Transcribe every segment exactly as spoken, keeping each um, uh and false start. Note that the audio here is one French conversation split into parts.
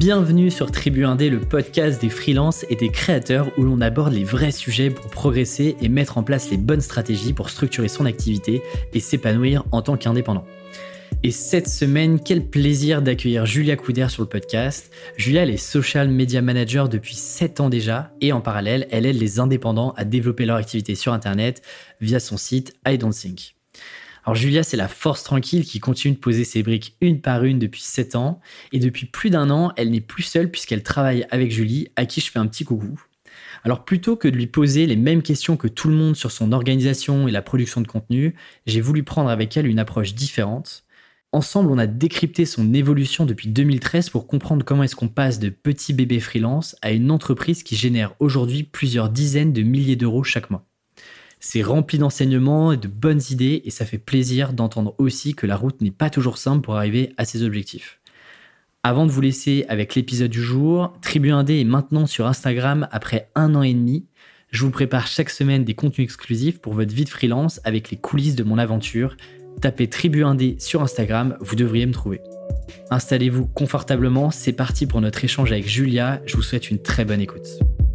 Bienvenue sur Tribu Indé, le podcast des freelances et des créateurs où l'on aborde les vrais sujets pour progresser et mettre en place les bonnes stratégies pour structurer son activité et s'épanouir en tant qu'indépendant. Et cette semaine, quel plaisir d'accueillir Julia Couder sur le podcast. Julia, elle est social media manager depuis sept ans déjà et en parallèle, elle aide les indépendants à développer leur activité sur Internet via son site I Don't Think. Alors Julia, c'est la force tranquille qui continue de poser ses briques une par une depuis sept ans. Et depuis plus d'un an, elle n'est plus seule puisqu'elle travaille avec Julie, à qui je fais un petit coucou. Alors plutôt que de lui poser les mêmes questions que tout le monde sur son organisation et la production de contenu, j'ai voulu prendre avec elle une approche différente. Ensemble, on a décrypté son évolution depuis deux mille treize pour comprendre comment est-ce qu'on passe de petit bébé freelance à une entreprise qui génère aujourd'hui plusieurs dizaines de milliers d'euros chaque mois. C'est rempli d'enseignements et de bonnes idées et ça fait plaisir d'entendre aussi que la route n'est pas toujours simple pour arriver à ses objectifs. Avant de vous laisser avec l'épisode du jour, Tribu Indé est maintenant sur Instagram après un an et demi. Je vous prépare chaque semaine des contenus exclusifs pour votre vie de freelance avec les coulisses de mon aventure. Tapez Tribu Indé sur Instagram, vous devriez me trouver. Installez-vous confortablement, c'est parti pour notre échange avec Julia. Je vous souhaite une très bonne écoute.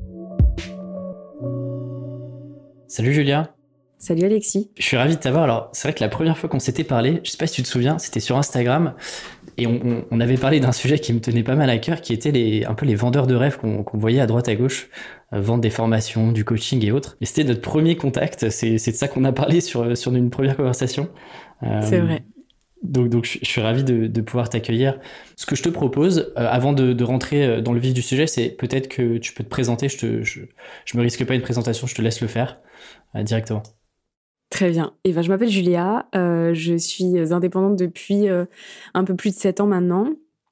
Salut Julia. Salut Alexis. Je suis ravi de t'avoir. Alors, c'est vrai que la première fois qu'on s'était parlé, je sais pas si tu te souviens, c'était sur Instagram et on, on, on avait parlé d'un sujet qui me tenait pas mal à cœur, qui était les, un peu les vendeurs de rêves qu'on, qu'on voyait à droite à gauche, euh, vendre des formations, du coaching et autres. Et c'était notre premier contact. C'est, c'est de ça qu'on a parlé sur, sur une première conversation. Euh, c'est vrai. Donc, donc je, je suis ravi de, de pouvoir t'accueillir. Ce que je te propose, euh, avant de, de rentrer dans le vif du sujet, c'est peut-être que tu peux te présenter. Je te, je, je me risque pas une présentation, je te laisse le faire euh, directement. Très bien. Et ben, je m'appelle Julia. Euh, je suis indépendante depuis euh, un peu plus de sept ans maintenant,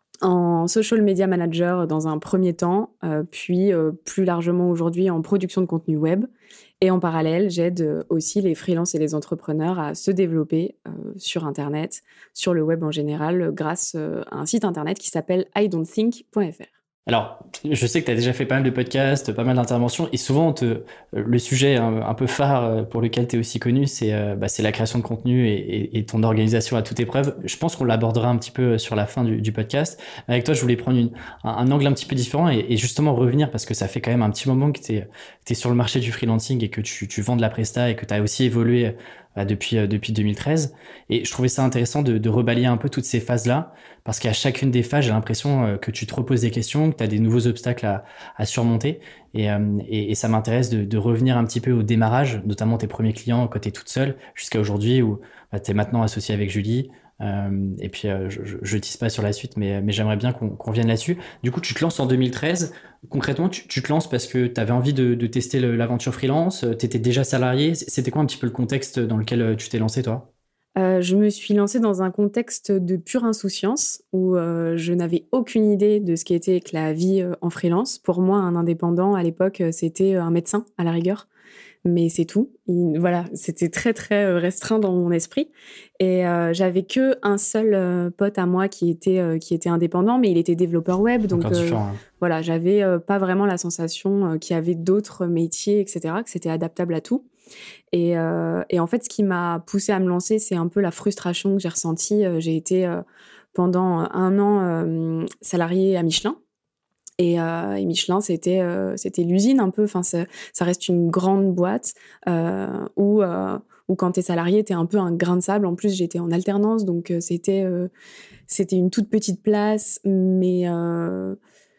en social media manager dans un premier temps, euh, puis euh, plus largement aujourd'hui en production de contenu web. Et en parallèle, j'aide aussi les freelances et les entrepreneurs à se développer euh, sur Internet, sur le web en général, grâce euh, à un site Internet qui s'appelle i don't think point f r. Alors, je sais que tu as déjà fait pas mal de podcasts, pas mal d'interventions, et souvent, te, le sujet un, un peu phare pour lequel tu es aussi connu, c'est, euh, bah, c'est la création de contenu et, et, et ton organisation à toute épreuve. Je pense qu'on l'abordera un petit peu sur la fin du, du podcast. Avec toi, je voulais prendre une, un, un angle un petit peu différent et, et justement revenir, parce que ça fait quand même un petit moment que tu es sur le marché du freelancing et que tu, tu vends de la presta et que tu as aussi évolué depuis, depuis deux mille treize. Et je trouvais ça intéressant de, de rebalayer un peu toutes ces phases-là, parce qu'à chacune des phases, j'ai l'impression que tu te reposes des questions, que tu as des nouveaux obstacles à, à surmonter. Et, et, et ça m'intéresse de, de revenir un petit peu au démarrage, notamment tes premiers clients quand tu es toute seule, jusqu'à aujourd'hui où bah, tu es maintenant associée avec Julie. Euh, et puis, euh, je ne tease pas sur la suite, mais, mais j'aimerais bien qu'on, qu'on revienne là-dessus. Du coup, tu te lances en deux mille treize. Concrètement, tu, tu te lances parce que tu avais envie de, de tester le, l'aventure freelance. Tu étais déjà salarié. C'était quoi un petit peu le contexte dans lequel tu t'es lancé, toi ? Euh, je me suis lancée dans un contexte de pure insouciance où euh, je n'avais aucune idée de ce qu'était que la vie euh, en freelance. Pour moi, un indépendant, à l'époque, c'était un médecin, à la rigueur. Mais c'est tout. Il, voilà, c'était très, très restreint dans mon esprit. Et euh, j'avais qu'un seul euh, pote à moi qui était, euh, qui était indépendant, mais il était développeur web. Donc, euh, hein. voilà, j'avais euh, pas vraiment la sensation euh, qu'il y avait d'autres métiers, et cetera, que c'était adaptable à tout. Et, euh, et en fait, ce qui m'a poussée à me lancer, c'est un peu la frustration que j'ai ressentie. Euh, j'ai été euh, pendant un an euh, salariée à Michelin. Et, euh, et Michelin, c'était, euh, c'était l'usine un peu. Enfin, ça, ça reste une grande boîte euh, où, euh, où quand t'es salarié, t'es un peu un grain de sable. En plus, j'étais en alternance, donc euh, c'était, euh, c'était une toute petite place. Mais euh,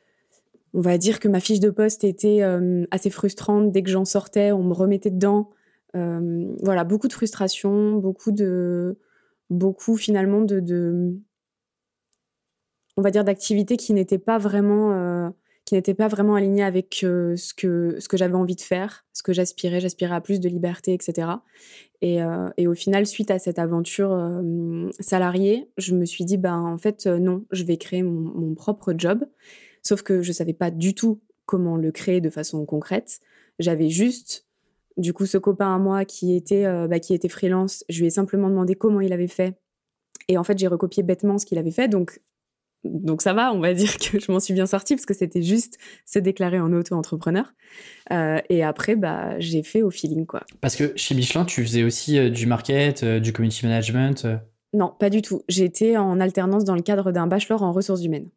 on va dire que ma fiche de poste était euh, assez frustrante. Dès que j'en sortais, on me remettait dedans. Euh, voilà, beaucoup de frustration, beaucoup de, beaucoup finalement de, de on va dire d'activités qui n'étaient pas vraiment, euh, qui n'étaient pas vraiment alignées avec euh, ce que ce que j'avais envie de faire, ce que j'aspirais, j'aspirais à plus de liberté, et cetera. Et, euh, et au final, suite à cette aventure euh, salariée, je me suis dit, ben en fait euh, non, je vais créer mon, mon propre job. Sauf que je savais pas du tout comment le créer de façon concrète. J'avais juste du coup ce copain à moi qui était euh, bah, qui était freelance. Je lui ai simplement demandé comment il avait fait. Et en fait, j'ai recopié bêtement ce qu'il avait fait. Donc Donc ça va, on va dire que je m'en suis bien sortie parce que c'était juste se déclarer en auto-entrepreneur. Euh, et après, bah, j'ai fait au feeling, quoi. Parce que chez Michelin, tu faisais aussi euh, du market, euh, du community management euh... Non, pas du tout. J'étais en alternance dans le cadre d'un bachelor en ressources humaines.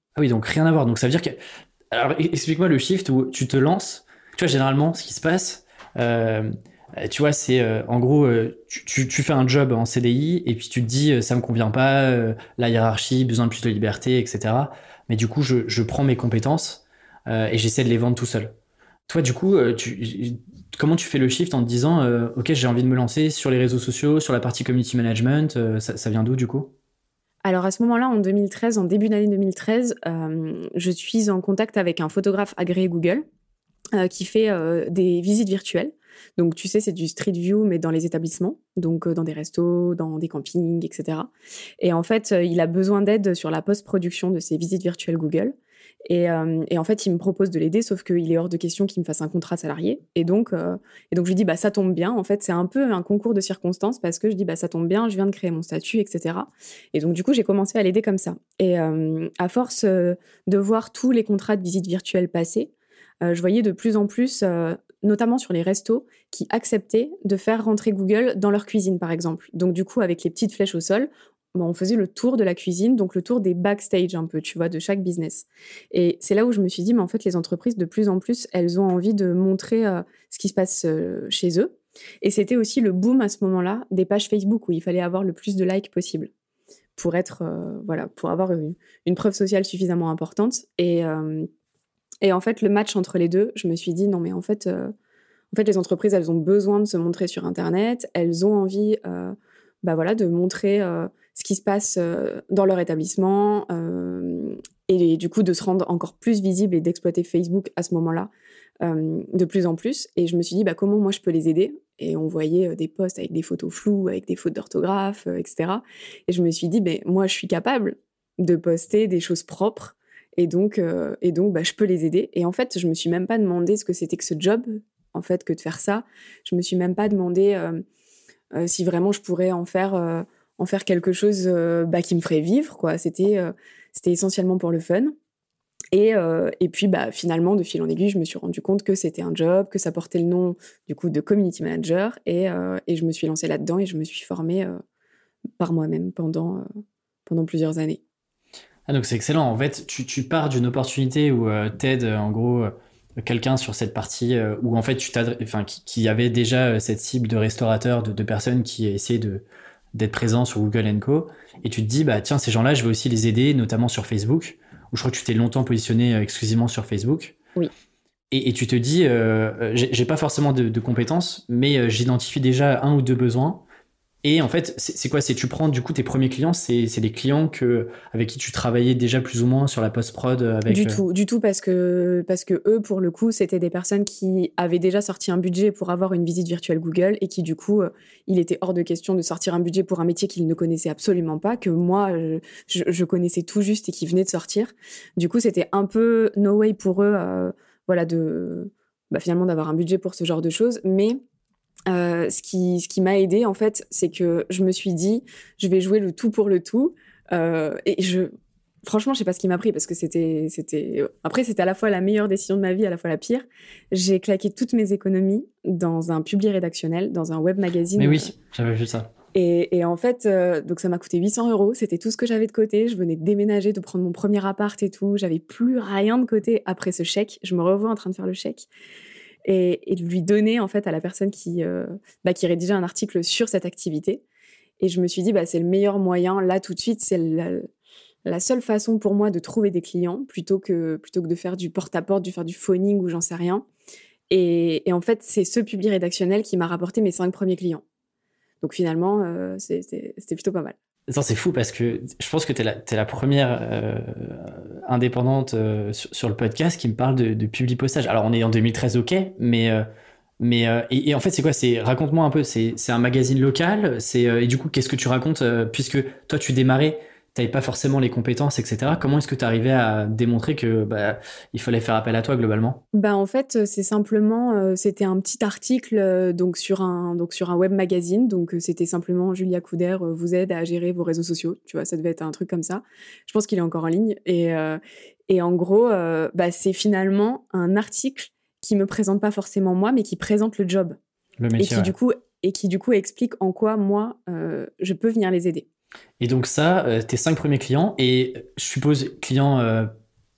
Ah oui, donc rien à voir. Donc ça veut dire que... Alors explique-moi le shift où tu te lances. Tu vois, généralement, ce qui se passe, euh, tu vois, c'est euh, en gros, euh, tu, tu, tu fais un job en C D I et puis tu te dis, euh, ça me convient pas, euh, la hiérarchie, besoin de plus de liberté, et cetera. Mais du coup, je, je prends mes compétences euh, et j'essaie de les vendre tout seul. Toi, du coup, euh, tu, comment tu fais le shift en te disant, euh, ok, j'ai envie de me lancer sur les réseaux sociaux, sur la partie community management, euh, ça, ça vient d'où du coup? Alors à ce moment-là, en deux mille treize, en début d'année deux mille treize, euh, je suis en contact avec un photographe agréé Google euh, qui fait euh, des visites virtuelles. Donc tu sais, c'est du street view, mais dans les établissements, donc euh, dans des restos, dans des campings, et cetera. Et en fait, euh, il a besoin d'aide sur la post-production de ces visites virtuelles Google. Et, euh, et en fait, il me propose de l'aider, sauf qu'il est hors de question qu'il me fasse un contrat salarié. Et donc, euh, et donc je lui dis, bah, ça tombe bien. En fait, c'est un peu un concours de circonstances parce que je dis, bah, ça tombe bien, je viens de créer mon statut, et cetera. Et donc, du coup, j'ai commencé à l'aider comme ça. Et euh, à force euh, de voir tous les contrats de visite virtuelle passer, euh, je voyais de plus en plus, euh, notamment sur les restos, qui acceptaient de faire rentrer Google dans leur cuisine, par exemple. Donc, du coup, avec les petites flèches au sol, bon, on faisait le tour de la cuisine, donc le tour des backstage un peu, tu vois, de chaque business. Et c'est là où je me suis dit, mais en fait, les entreprises, de plus en plus, elles ont envie de montrer euh, ce qui se passe euh, chez eux. Et c'était aussi le boom à ce moment-là des pages Facebook où il fallait avoir le plus de likes possible pour être, euh, voilà, pour avoir une, une preuve sociale suffisamment importante. Et, euh, et en fait, le match entre les deux, je me suis dit, non, mais en fait, euh, en fait, les entreprises, elles ont besoin de se montrer sur Internet. Elles ont envie, euh, bah voilà, de montrer euh, ce qui se passe euh, dans leur établissement euh, et, et du coup de se rendre encore plus visible et d'exploiter Facebook à ce moment-là euh, de plus en plus. Et je me suis dit, bah, comment moi je peux les aider? Et on voyait euh, des posts avec des photos floues, avec des fautes d'orthographe, euh, et cetera. Et je me suis dit, bah, moi je suis capable de poster des choses propres. Et donc, euh, et donc bah, je peux les aider. Et en fait, je me suis même pas demandé ce que c'était que ce job, en fait, que de faire ça. Je me suis même pas demandé euh, euh, si vraiment je pourrais en faire, euh, en faire quelque chose euh, bah, qui me ferait vivre, quoi. C'était, euh, c'était essentiellement pour le fun. Et, euh, et puis, bah, finalement, de fil en aiguille, je me suis rendu compte que c'était un job, que ça portait le nom du coup de community manager. Et, euh, et je me suis lancée là-dedans et je me suis formée euh, par moi-même pendant, euh, pendant plusieurs années. Ah, donc c'est excellent. En fait, tu, tu pars d'une opportunité où euh, t'aides euh, en gros euh, quelqu'un sur cette partie euh, où en fait tu t'adre- enfin qui, qui avait déjà euh, cette cible de restaurateurs, de, de personnes qui essayaient de d'être présents sur Google and Co. Et tu te dis bah tiens ces gens-là, je vais aussi les aider, notamment sur Facebook, où je crois que tu t'es longtemps positionné euh, exclusivement sur Facebook. Oui. Et, et tu te dis euh, euh, j'ai, j'ai pas forcément de, de compétences, mais euh, j'identifie déjà un ou deux besoins. Et en fait, c'est, c'est quoi? C'est tu prends du coup tes premiers clients, c'est, c'est des clients que, avec qui tu travaillais déjà plus ou moins sur la post-prod avec. Du euh, tout, du tout, parce que, parce que eux, pour le coup, c'était des personnes qui avaient déjà sorti un budget pour avoir une visite virtuelle Google et qui, du coup, euh, il était hors de question de sortir un budget pour un métier qu'ils ne connaissaient absolument pas, que moi, euh, je, je connaissais tout juste et qui venait de sortir. Du coup, c'était un peu no way pour eux, euh, voilà, de, bah, finalement, d'avoir un budget pour ce genre de choses. Mais euh, ce qui, ce qui m'a aidée, en fait, c'est que je me suis dit, je vais jouer le tout pour le tout. Euh, et je, franchement, je sais pas ce qui m'a pris parce que c'était, c'était, après, c'était à la fois la meilleure décision de ma vie, à la fois la pire. J'ai claqué toutes mes économies dans un publi rédactionnel, dans un web magazine. Mais euh, oui, j'avais vu ça. Et, et en fait, euh, donc ça m'a coûté huit cents euros. C'était tout ce que j'avais de côté. Je venais de déménager, de prendre mon premier appart et tout. J'avais plus rien de côté après ce chèque. Je me revois en train de faire le chèque et, et de lui donner en fait à la personne qui, euh, bah, qui rédigeait un article sur cette activité. Et je me suis dit, bah, c'est le meilleur moyen là tout de suite. C'est la, la seule façon pour moi de trouver des clients plutôt que, plutôt que de faire du porte-à-porte, de faire du phoning ou j'en sais rien. Et, et en fait, c'est ce public rédactionnel qui m'a rapporté mes cinq premiers clients. Donc finalement, euh, c'est, c'est, c'était plutôt pas mal. Attends, c'est fou parce que je pense que t'es la, t'es la première euh, indépendante euh, sur, sur le podcast qui me parle de, de publipostage. Alors, on est en deux mille treize, ok, mais, euh, mais euh, et, et en fait, c'est quoi? C'est, raconte-moi un peu, c'est, c'est un magazine local, c'est, euh, et du coup, qu'est-ce que tu racontes euh, puisque toi, tu démarrais, t'avais pas forcément les compétences, et cetera. Comment est-ce que tu arrivais à démontrer que bah, il fallait faire appel à toi globalement? Bah en fait, c'est simplement, euh, c'était un petit article euh, donc sur un donc sur un web magazine. Donc euh, c'était simplement Julia Couder euh, vous aide à gérer vos réseaux sociaux. Tu vois, ça devait être un truc comme ça. Je pense qu'il est encore en ligne. Et euh, et en gros, euh, bah c'est finalement un article qui me présente pas forcément moi, mais qui présente le job Le et métier, qui ouais. du coup et qui du coup explique en quoi moi euh, je peux venir les aider. Et donc ça, euh, tes cinq premiers clients, et je suppose clients euh,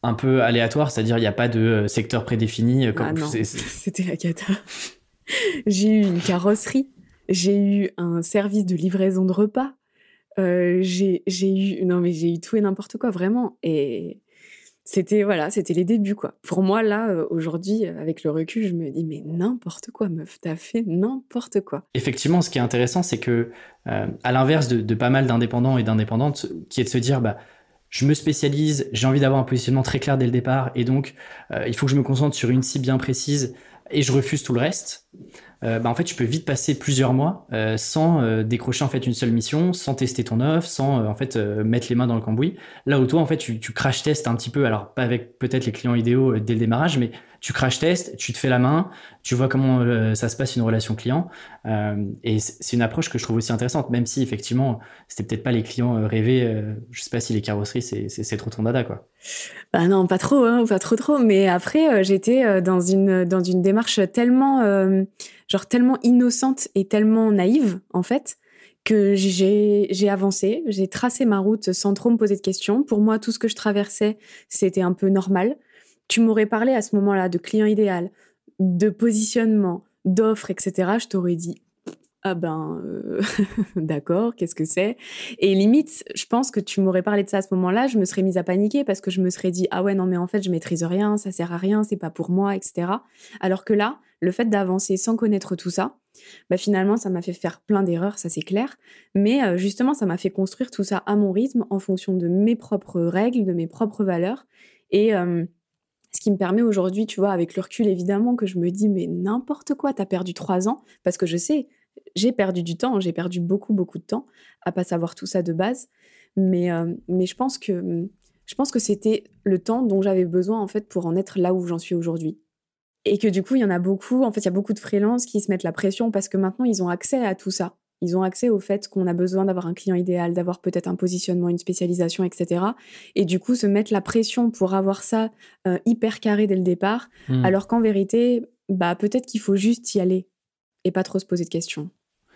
un peu aléatoire, c'est-à-dire il n'y a pas de secteur prédéfini. Comme... Ah non, c'est, c'est... c'était la cata. J'ai eu une carrosserie, j'ai eu un service de livraison de repas, euh, j'ai, j'ai eu... Non mais j'ai eu tout et n'importe quoi, vraiment. Et c'était, voilà, c'était les débuts, quoi. Pour moi, là, euh, aujourd'hui, avec le recul, je me dis, mais n'importe quoi, meuf, t'as fait n'importe quoi. Effectivement, ce qui est intéressant, c'est que, euh, à l'inverse de, de pas mal d'indépendants et d'indépendantes, qui est de se dire, bah, je me spécialise, j'ai envie d'avoir un positionnement très clair dès le départ, et donc euh, il faut que je me concentre sur une cible bien précise, et je refuse tout le reste. Euh, bah, en fait, tu peux vite passer plusieurs mois euh, sans euh, décrocher en fait une seule mission, sans tester ton offre, sans euh, en fait euh, mettre les mains dans le cambouis. Là où toi, en fait, tu, tu crash testes un petit peu, alors pas avec peut-être les clients idéaux euh, dès le démarrage, mais tu crash testes, tu te fais la main, tu vois comment euh, ça se passe une relation client, euh, et c'est une approche que je trouve aussi intéressante, même si effectivement, c'était peut-être pas les clients euh, rêvés. Euh, je sais pas si les carrosseries, c'est, c'est, c'est trop ton dada, quoi. Bah non, pas trop, hein, pas trop trop. Mais après, euh, j'étais euh, dans une dans une démarche tellement euh, genre tellement innocente et tellement naïve en fait que j'ai j'ai avancé, j'ai tracé ma route sans trop me poser de questions. Pour moi, tout ce que je traversais, c'était un peu normal. Tu m'aurais parlé à ce moment-là de client idéal, de positionnement, d'offres, et cetera. Je t'aurais dit ah ben, euh, d'accord, qu'est-ce que c'est? Et limite, je pense que tu m'aurais parlé de ça à ce moment-là, je me serais mise à paniquer parce que je me serais dit, ah ouais, non, mais en fait, je maîtrise rien, ça sert à rien, c'est pas pour moi, et cetera. Alors que là, le fait d'avancer sans connaître tout ça, bah finalement, ça m'a fait faire plein d'erreurs, ça c'est clair. Mais euh, justement, ça m'a fait construire tout ça à mon rythme, en fonction de mes propres règles, de mes propres valeurs. Et euh, ce qui me permet aujourd'hui, tu vois, avec le recul évidemment, que je me dis, mais n'importe quoi, t'as perdu trois ans, parce que je sais, j'ai perdu du temps, j'ai perdu beaucoup, beaucoup de temps à pas savoir tout ça de base. Mais, euh, mais je pense que, je pense que c'était le temps dont j'avais besoin, en fait, pour en être là où j'en suis aujourd'hui. Et que du coup, il y en a beaucoup, en fait, il y a beaucoup de freelances qui se mettent la pression parce que maintenant, ils ont accès à tout ça. Ils ont accès au fait qu'on a besoin d'avoir un client idéal, d'avoir peut-être un positionnement, une spécialisation, et cetera. Et du coup, se mettre la pression pour avoir ça euh, hyper carré dès le départ, mmh. alors qu'en vérité, bah, peut-être qu'il faut juste y aller et pas trop se poser de questions.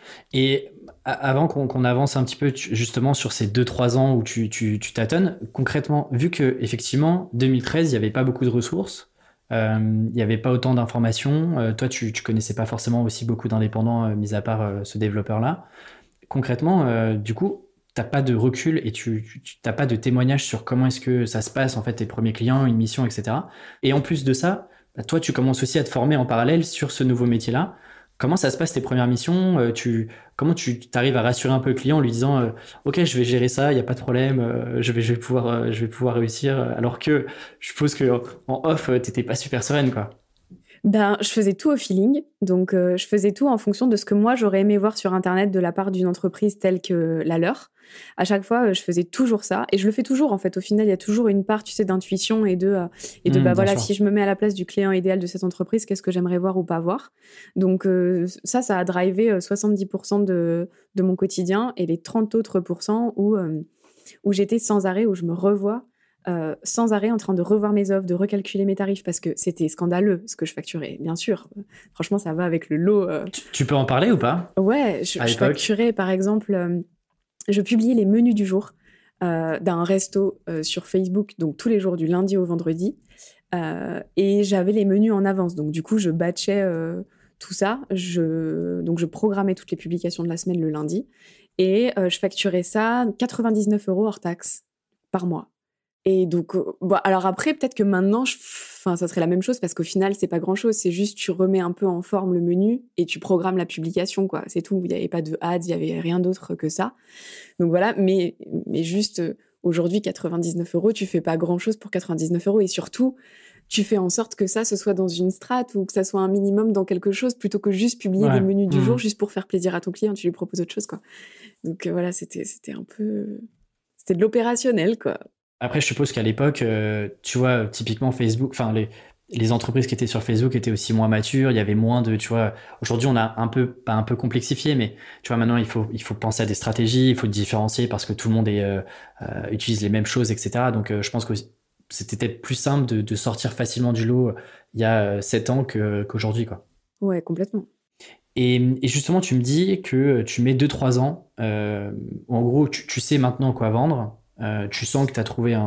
Et avant qu'on, qu'on avance un petit peu justement sur ces deux trois ans où tu, tu, tu tâtonnes, concrètement, vu que effectivement deux mille treize, il n'y avait pas beaucoup de ressources, euh, il n'y avait pas autant d'informations, euh, toi tu ne connaissais pas forcément aussi beaucoup d'indépendants, euh, mis à part euh, ce développeur-là. Concrètement, euh, du coup, tu n'as pas de recul et tu n'as pas de témoignage sur comment est-ce que ça se passe, en fait, tes premiers clients, une mission, et cetera. Et en plus de ça, bah, toi, tu commences aussi à te former en parallèle sur ce nouveau métier-là. Comment ça se passe tes premières missions? euh, tu, Comment tu arrives à rassurer un peu le client en lui disant euh, ok, je vais gérer ça, il n'y a pas de problème, euh, je, vais, je, vais pouvoir, euh, je vais pouvoir réussir, alors que je suppose qu'en off, euh, tu n'étais pas super sereine, quoi. Ben, je faisais tout au feeling, donc euh, je faisais tout en fonction de ce que moi j'aurais aimé voir sur Internet de la part d'une entreprise telle que la leur. À chaque fois, je faisais toujours ça, et je le fais toujours en fait. Au final, il y a toujours une part, tu sais, d'intuition et de euh, et de mmh, bah voilà, sûr. Si je me mets à la place du client idéal de cette entreprise, qu'est-ce que j'aimerais voir ou pas voir. Donc euh, ça, ça a drivé soixante-dix pour cent de de mon quotidien et les trente autres pourcents où euh, où j'étais sans arrêt, où je me revois. Euh, sans arrêt en train de revoir mes offres, de recalculer mes tarifs parce que c'était scandaleux ce que je facturais, bien sûr. Franchement, ça va avec le lot. Euh... Tu, tu peux en parler ou pas? Ouais, je, je facturais par exemple, euh, je publiais les menus du jour euh, d'un resto euh, sur Facebook, donc tous les jours du lundi au vendredi, euh, et j'avais les menus en avance. Donc du coup, je batchais euh, tout ça. Je, donc je programmais toutes les publications de la semaine le lundi et euh, je facturais ça quatre-vingt-dix-neuf euros hors taxe par mois. Et donc, euh, bon, alors après, peut-être que maintenant, je, enfin, ça serait la même chose parce qu'au final, c'est pas grand-chose. C'est juste, tu remets un peu en forme le menu et tu programmes la publication, quoi. C'est tout. Il n'y avait pas de ads, il n'y avait rien d'autre que ça. Donc voilà, mais, mais juste, euh, aujourd'hui, quatre-vingt-dix-neuf euros, tu fais pas grand-chose pour quatre-vingt-dix-neuf euros. Et surtout, tu fais en sorte que ça, ce soit dans une strate ou que ça soit un minimum dans quelque chose plutôt que juste publier ouais. des menus du mmh. jour juste pour faire plaisir à ton client. Tu lui proposes autre chose, quoi. Donc euh, voilà, c'était, c'était un peu... C'était de l'opérationnel, quoi. Après, je suppose qu'à l'époque, euh, tu vois, typiquement Facebook, enfin, les, les entreprises qui étaient sur Facebook étaient aussi moins matures, il y avait moins de, tu vois, aujourd'hui, on a un peu, pas un peu complexifié, mais tu vois, maintenant, il faut, il faut penser à des stratégies, il faut différencier parce que tout le monde est, euh, euh, utilise les mêmes choses, et cetera. Donc, euh, je pense que c'était peut-être plus simple de, de sortir facilement du lot euh, il y a sept ans que, qu'aujourd'hui, quoi. Ouais, complètement. Et, et justement, tu me dis que tu mets deux trois ans, euh, en gros, tu, tu sais maintenant quoi vendre. Euh, tu sens que tu as trouvé un,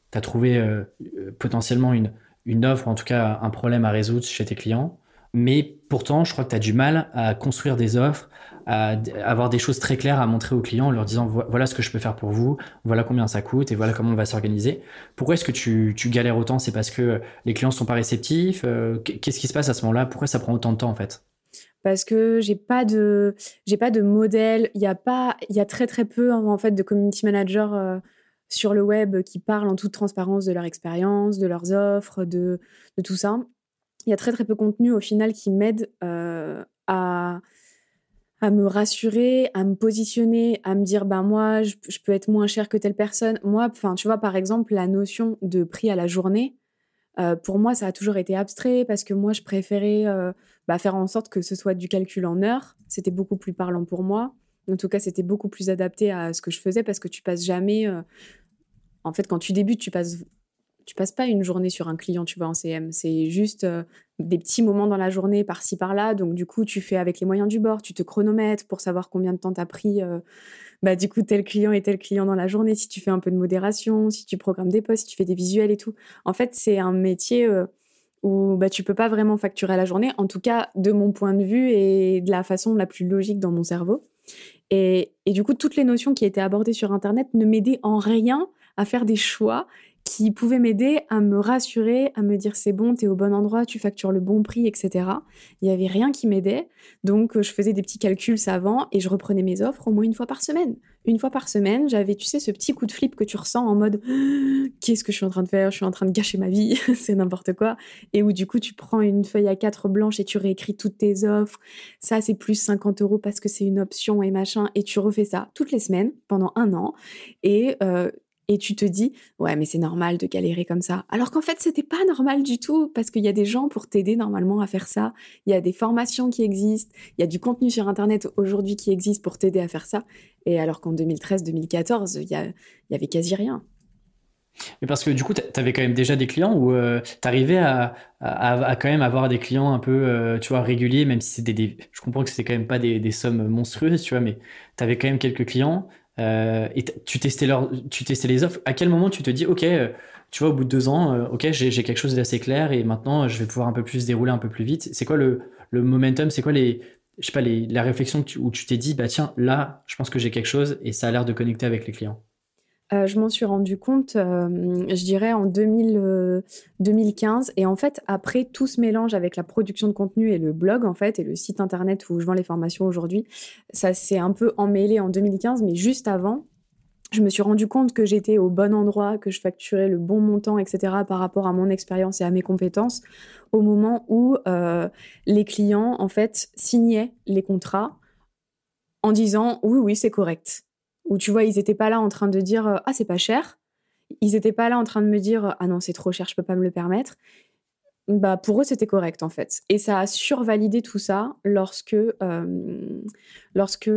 tu as trouvé euh, potentiellement une, une offre, ou en tout cas un problème à résoudre chez tes clients. Mais pourtant, je crois que tu as du mal à construire des offres, à d- avoir des choses très claires à montrer aux clients en leur disant Vo- voilà ce que je peux faire pour vous, voilà combien ça coûte et voilà comment on va s'organiser. Pourquoi est-ce que tu, tu galères autant? C'est parce que les clients sont pas réceptifs? Euh, Qu'est-ce qui se passe à ce moment-là? Pourquoi ça prend autant de temps en fait? Parce que j'ai pas de, j'ai pas de modèle. Il y a pas, il y a très très peu en fait de community managers euh, sur le web qui parlent en toute transparence de leur expérience, de leurs offres, de, de tout ça. Il y a très très peu de contenu au final qui m'aide euh, à à me rassurer, à me positionner, à me dire ben moi je, je peux être moins cher que telle personne. Moi, enfin tu vois par exemple la notion de prix à la journée. Euh, pour moi, ça a toujours été abstrait parce que moi, je préférais euh, bah, faire en sorte que ce soit du calcul en heures. C'était beaucoup plus parlant pour moi. En tout cas, c'était beaucoup plus adapté à ce que je faisais parce que tu passes jamais. euh, En fait, quand tu débutes, tu passes, tu passes pas une journée sur un client, tu vois, en C M. C'est juste euh, des petits moments dans la journée, par-ci, par-là. Donc, du coup, tu fais avec les moyens du bord, tu te chronomètres pour savoir combien de temps t'as pris, euh, bah, du coup, tel client et tel client dans la journée. Si tu fais un peu de modération, si tu programmes des posts, si tu fais des visuels et tout. En fait, c'est un métier euh, où bah, tu peux pas vraiment facturer à la journée, en tout cas de mon point de vue et de la façon la plus logique dans mon cerveau. Et, et du coup, toutes les notions qui étaient abordées sur Internet ne m'aidaient en rien à faire des choix qui pouvaient m'aider à me rassurer, à me dire c'est bon, t'es au bon endroit, tu factures le bon prix, et cetera. Il n'y avait rien qui m'aidait. Donc, euh, je faisais des petits calculs savants et je reprenais mes offres au moins une fois par semaine. Une fois par semaine, j'avais, tu sais, ce petit coup de flip que tu ressens en mode qu'est-ce que je suis en train de faire? Je suis en train de gâcher ma vie, c'est n'importe quoi. Et où du coup, tu prends une feuille à quatre blanches et tu réécris toutes tes offres. Ça, c'est plus cinquante euros parce que c'est une option et machin. Et tu refais ça toutes les semaines pendant un an. Et, euh, et tu te dis, ouais, mais c'est normal de galérer comme ça. Alors qu'en fait, c'était pas normal du tout parce qu'il y a des gens pour t'aider normalement à faire ça. Il y a des formations qui existent. Il y a du contenu sur Internet aujourd'hui qui existe pour t'aider à faire ça. Et alors qu'en deux mille treize, deux mille quatorze, il y, a, il y avait quasi rien. Mais parce que du coup, tu avais quand même déjà des clients ou tu arrivais à, à, à quand même avoir des clients un peu, euh, tu vois, réguliers, même si c'était des... Je comprends que c'était quand même pas des, des sommes monstrueuses, tu vois, mais tu avais quand même quelques clients euh, et t- tu testais, leur, tu testais les offres. À quel moment tu te dis, OK, euh, tu vois, au bout de deux ans, euh, OK, j'ai, j'ai quelque chose d'assez clair et maintenant, je vais pouvoir un peu plus dérouler un peu plus vite. C'est quoi le, le momentum? C'est quoi les... Je sais pas, les, la réflexion que tu- où tu t'es dit, bah tiens, là, je pense que j'ai quelque chose et ça a l'air de connecter avec les clients. Euh, je m'en suis rendu compte, euh, je dirais, en deux mille, euh, deux mille quinze. Et en fait, après, tout ce mélange avec la production de contenu et le blog, en fait, et le site internet où je vends les formations aujourd'hui, ça s'est un peu emmêlé en deux mille quinze. Mais juste avant, je me suis rendu compte que j'étais au bon endroit, que je facturais le bon montant, et cetera, par rapport à mon expérience et à mes compétences, au moment où euh, les clients, en fait, signaient les contrats en disant oui, oui, c'est correct. Ou tu vois, ils n'étaient pas là en train de dire euh, ah, c'est pas cher. Ils n'étaient pas là en train de me dire ah non, c'est trop cher, je peux pas me le permettre. Bah, pour eux, c'était correct en fait. Et ça a survalidé tout ça lorsque, euh, lorsque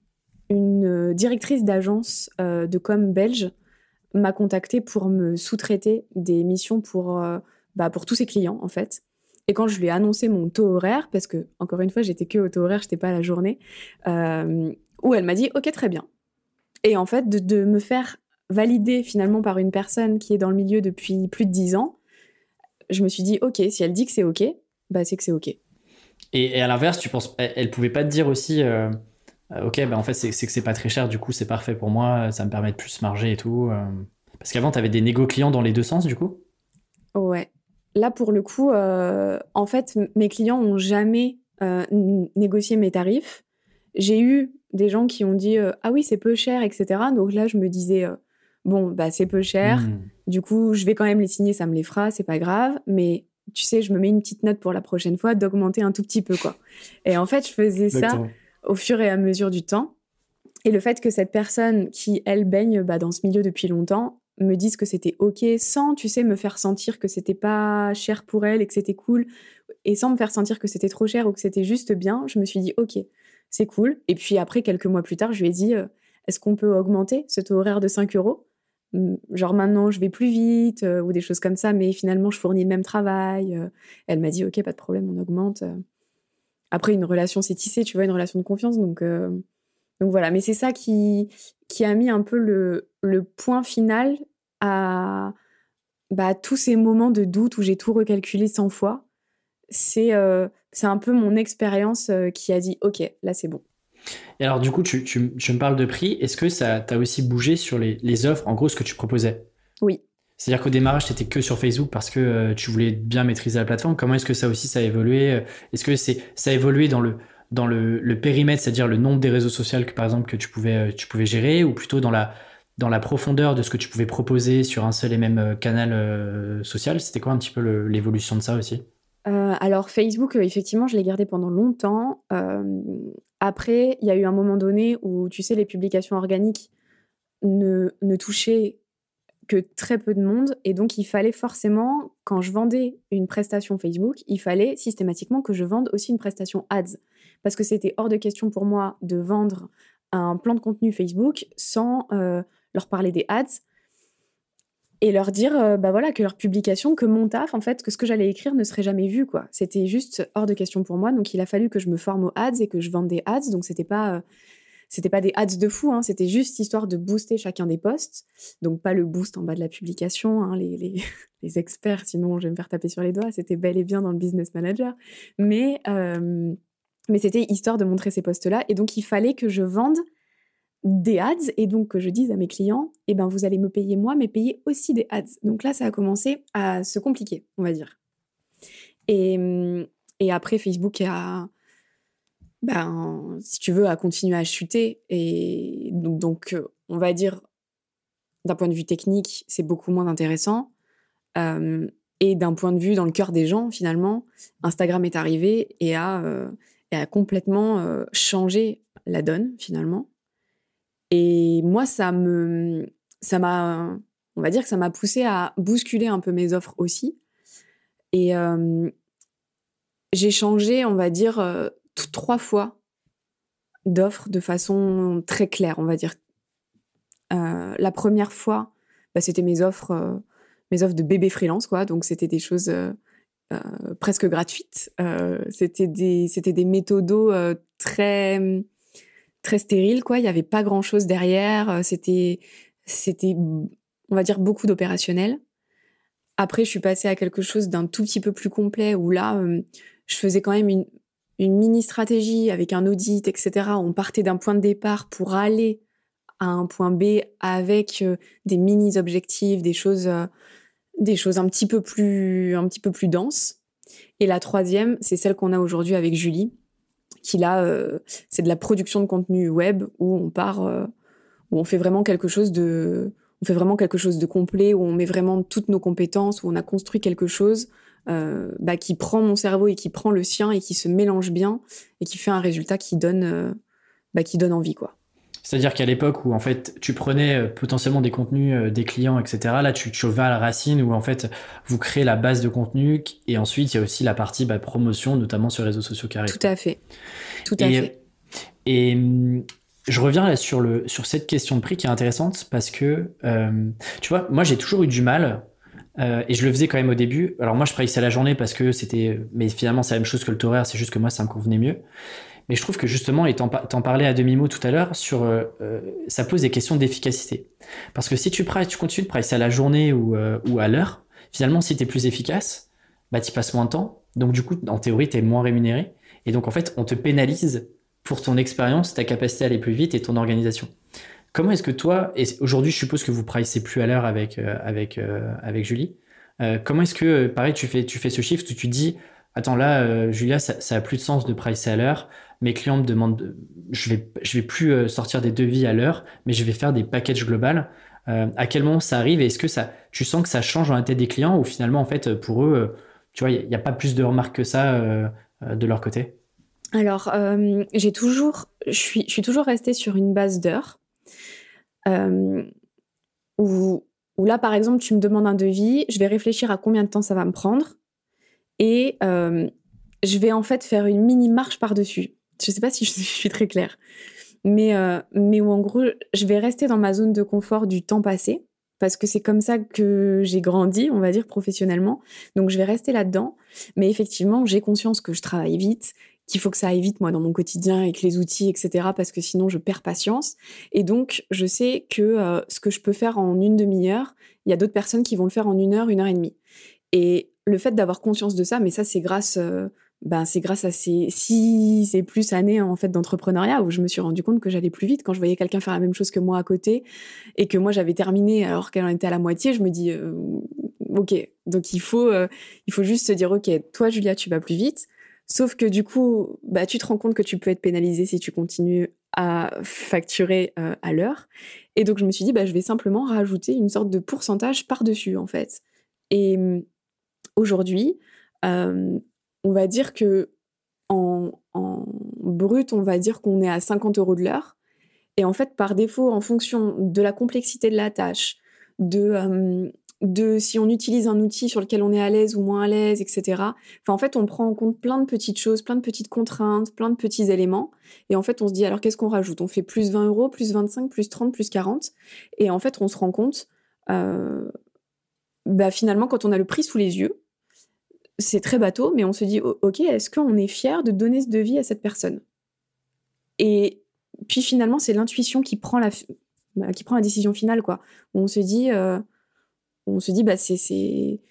une directrice d'agence euh, de com belge m'a contactée pour me sous-traiter des missions pour, euh, bah, pour tous ses clients en fait. Et quand je lui ai annoncé mon taux horaire, parce que encore une fois, j'étais que au taux horaire, j'étais pas à la journée, euh, où elle m'a dit ok, très bien. Et en fait, de, de me faire valider finalement par une personne qui est dans le milieu depuis plus de dix ans, je me suis dit, ok, si elle dit que c'est ok, bah c'est que c'est ok. Et, et à l'inverse, tu penses, elle, elle pouvait pas te dire aussi, euh, euh, ok, bah en fait, c'est c'est que c'est pas très cher, du coup, c'est parfait pour moi, ça me permet de plus marger et tout. euh. Parce qu'avant, tu avais des négos clients dans les deux sens, du coup. Ouais. Là, pour le coup, euh, en fait, m- mes clients ont jamais euh, n- négocié mes tarifs. J'ai eu des gens qui ont dit, euh, ah oui, c'est peu cher, et cetera. Donc là, je me disais, euh, bon, bah c'est peu cher. Hmm, Du coup, je vais quand même les signer, ça me les fera, c'est pas grave. Mais tu sais, je me mets une petite note pour la prochaine fois d'augmenter un tout petit peu, quoi. Et en fait, je faisais ça exactement. au fur et à mesure du temps. Et le fait que cette personne qui, elle, baigne bah, dans ce milieu depuis longtemps, me dise que c'était OK, sans, tu sais, me faire sentir que c'était pas cher pour elle et que c'était cool, et sans me faire sentir que c'était trop cher ou que c'était juste bien, je me suis dit OK, c'est cool. Et puis après, quelques mois plus tard, je lui ai dit euh, est-ce qu'on peut augmenter ce taux horaire de cinq euros? Hum, Genre maintenant, je vais plus vite, euh, ou des choses comme ça, mais finalement, je fournis le même travail. euh. Elle m'a dit OK, pas de problème, on augmente. euh. Après, une relation s'est tissée, tu vois, une relation de confiance, donc. euh, donc voilà, mais c'est ça qui, qui a mis un peu le, le point final à, bah, tous ces moments de doute où j'ai tout recalculé cent fois, c'est, euh, c'est un peu mon expérience euh, qui a dit « Ok, là, c'est bon ». Et alors, du coup, tu, tu, tu me parles de prix. Est-ce que ça t'a aussi bougé sur les, les offres, en gros, ce que tu proposais? Oui. C'est-à-dire qu'au démarrage, tu n'étais que sur Facebook parce que euh, tu voulais bien maîtriser la plateforme. Comment est-ce que ça aussi, ça a évolué? Est-ce que c'est, ça a évolué dans le, dans le, le périmètre, c'est-à-dire le nombre des réseaux sociaux que, par exemple, que tu pouvais, tu pouvais gérer, ou plutôt dans la, dans la profondeur de ce que tu pouvais proposer sur un seul et même euh, canal euh, social? C'était quoi un petit peu le- l'évolution de ça aussi? Euh, alors Facebook, euh, effectivement, je l'ai gardé pendant longtemps. Euh, après, il y a eu un moment donné où, tu sais, les publications organiques ne, ne touchaient que très peu de monde. Et donc, il fallait forcément, quand je vendais une prestation Facebook, il fallait systématiquement que je vende aussi une prestation ads. Parce que c'était hors de question pour moi de vendre un plan de contenu Facebook sans euh, leur parler des ads et leur dire euh, bah voilà, que leur publication, que mon taf, en fait, que ce que j'allais écrire ne serait jamais vu, quoi. C'était juste hors de question pour moi. Donc, il a fallu que je me forme aux ads et que je vende des ads. Donc, c'était pas... euh, C'était pas des ads de fou, hein, c'était juste histoire de booster chacun des posts. Donc, pas le boost en bas de la publication, hein, les, les, les experts, sinon je vais me faire taper sur les doigts. C'était bel et bien dans le business manager. Mais, euh, mais c'était histoire de montrer ces posts-là. Et donc, il fallait que je vende des ads et donc que je dise à mes clients, eh ben, vous allez me payer moi, mais payer aussi des ads. Donc là, ça a commencé à se compliquer, on va dire. Et, et après, Facebook a ben, si tu veux, à continuer à chuter. Et donc, donc euh, on va dire, d'un point de vue technique, c'est beaucoup moins intéressant. Euh, et d'un point de vue dans le cœur des gens, finalement, Instagram est arrivé et a, euh, et a complètement euh, changé la donne, finalement. Et moi, ça me, ça m'a, on va dire que ça m'a poussé à bousculer un peu mes offres aussi. Et euh, j'ai changé, on va dire, euh, t- trois fois d'offres de façon très claire, on va dire. Euh, la première fois, bah, c'était mes offres, euh, mes offres de bébé freelance, quoi. Donc, c'était des choses euh, euh, presque gratuites. Euh, c'était des, c'était des méthodos euh, très, très stériles, quoi. Il n'y avait pas grand-chose derrière. Euh, C'était, c'était, on va dire, beaucoup d'opérationnel. Après, je suis passée à quelque chose d'un tout petit peu plus complet où là, euh, je faisais quand même une, une mini stratégie avec un audit, et cetera. On partait d'un point de départ pour aller à un point B avec euh, des mini objectifs, des choses, euh, des choses un petit peu plus, un petit peu plus denses. Et la troisième, c'est celle qu'on a aujourd'hui avec Julie, qui là, euh, c'est de la production de contenu web où on part, euh, où on fait vraiment quelque chose de, on fait vraiment quelque chose de complet, où on met vraiment toutes nos compétences, où on a construit quelque chose euh, bah, qui prend mon cerveau et qui prend le sien et qui se mélange bien et qui fait un résultat qui donne, euh, bah, qui donne envie, quoi. C'est-à-dire qu'à l'époque où en fait tu prenais euh, potentiellement des contenus euh, des clients, et cetera, là tu, tu vas à la racine où en fait vous créez la base de contenu et ensuite il y a aussi la partie bah, promotion, notamment sur les réseaux sociaux qui arrivent. Tout à fait. Tout à Et, fait. et hum, je reviens là sur, le, sur cette question de prix qui est intéressante parce que, euh, tu vois, moi j'ai toujours eu du mal euh, et je le faisais quand même au début. Alors moi je priceais à la journée parce que c'était, mais finalement c'est la même chose que le taux horaire, c'est juste que moi ça me convenait mieux. Mais je trouve que justement, et t'en, t'en parlais à demi-mot tout à l'heure, sur, euh, euh, ça pose des questions d'efficacité. Parce que si tu, prices, tu continues de pricer à la journée ou, euh, ou à l'heure, finalement, si tu es plus efficace, bah, tu passes moins de temps. Donc, du coup, en théorie, tu es moins rémunéré. Et donc, en fait, on te pénalise pour ton expérience, ta capacité à aller plus vite et ton organisation. Comment est-ce que toi, et aujourd'hui, je suppose que vous pricez plus à l'heure avec, euh, avec, euh, avec Julie, euh, comment est-ce que, pareil, tu fais, tu fais ce shift où tu te dis, attends, là, euh, Julia, ça, ça a plus de sens de pricer à l'heure. Mes clients me demandent, de- je vais, je vais plus euh, sortir des devis à l'heure, mais je vais faire des packages globales. Euh, à quel moment ça arrive et est-ce que ça, tu sens que ça change dans la tête des clients ou finalement, en fait, pour eux, euh, tu vois, il n'y a, a pas plus de remarques que ça euh, euh, de leur côté? Alors, euh, j'ai toujours, je suis, je suis toujours restée sur une base d'heures euh, où, où là, par exemple, tu me demandes un devis, je vais réfléchir à combien de temps ça va me prendre et euh, je vais en fait faire une mini marche par-dessus. Je sais pas si je, je suis très claire, mais, euh, mais où en gros, je vais rester dans ma zone de confort du temps passé parce que c'est comme ça que j'ai grandi, on va dire, professionnellement. Donc, je vais rester là-dedans. Mais effectivement, j'ai conscience que je travaille vite, qu'il faut que ça aille vite, moi, dans mon quotidien, avec les outils, et cetera, parce que sinon, je perds patience. Et donc, je sais que euh, ce que je peux faire en une demi-heure, il y a d'autres personnes qui vont le faire en une heure, une heure et demie. Et le fait d'avoir conscience de ça, mais ça, c'est grâce, euh, ben, c'est grâce à ces six et plus années, en fait, d'entrepreneuriat, où je me suis rendu compte que j'allais plus vite. Quand je voyais quelqu'un faire la même chose que moi à côté, et que moi, j'avais terminé alors qu'elle en était à la moitié, je me dis, euh, OK, donc il faut, euh, il faut juste se dire, OK, toi, Julia, tu vas plus vite. Sauf que du coup, bah, tu te rends compte que tu peux être pénalisée si tu continues à facturer euh, à l'heure. Et donc, je me suis dit, bah, je vais simplement rajouter une sorte de pourcentage par-dessus, en fait. Et hum, aujourd'hui, euh, on va dire que en, en brut, on va dire qu'on est à cinquante euros de l'heure. Et en fait, par défaut, en fonction de la complexité de la tâche, de, euh, de si on utilise un outil sur lequel on est à l'aise ou moins à l'aise, et cetera. Enfin, en fait, on prend en compte plein de petites choses, plein de petites contraintes, plein de petits éléments. Et en fait, on se dit, alors qu'est-ce qu'on rajoute ? On fait plus vingt euros, plus vingt-cinq, plus trente, plus quarante. Et en fait, on se rend compte, euh, bah, finalement, quand on a le prix sous les yeux, c'est très bateau, mais on se dit, oh, OK, est-ce qu'on est fier de donner ce devis à cette personne ? Et puis finalement, c'est l'intuition qui prend la, bah, qui prend la décision finale, quoi. On se dit, euh, on se dit, bah c'est, c'est,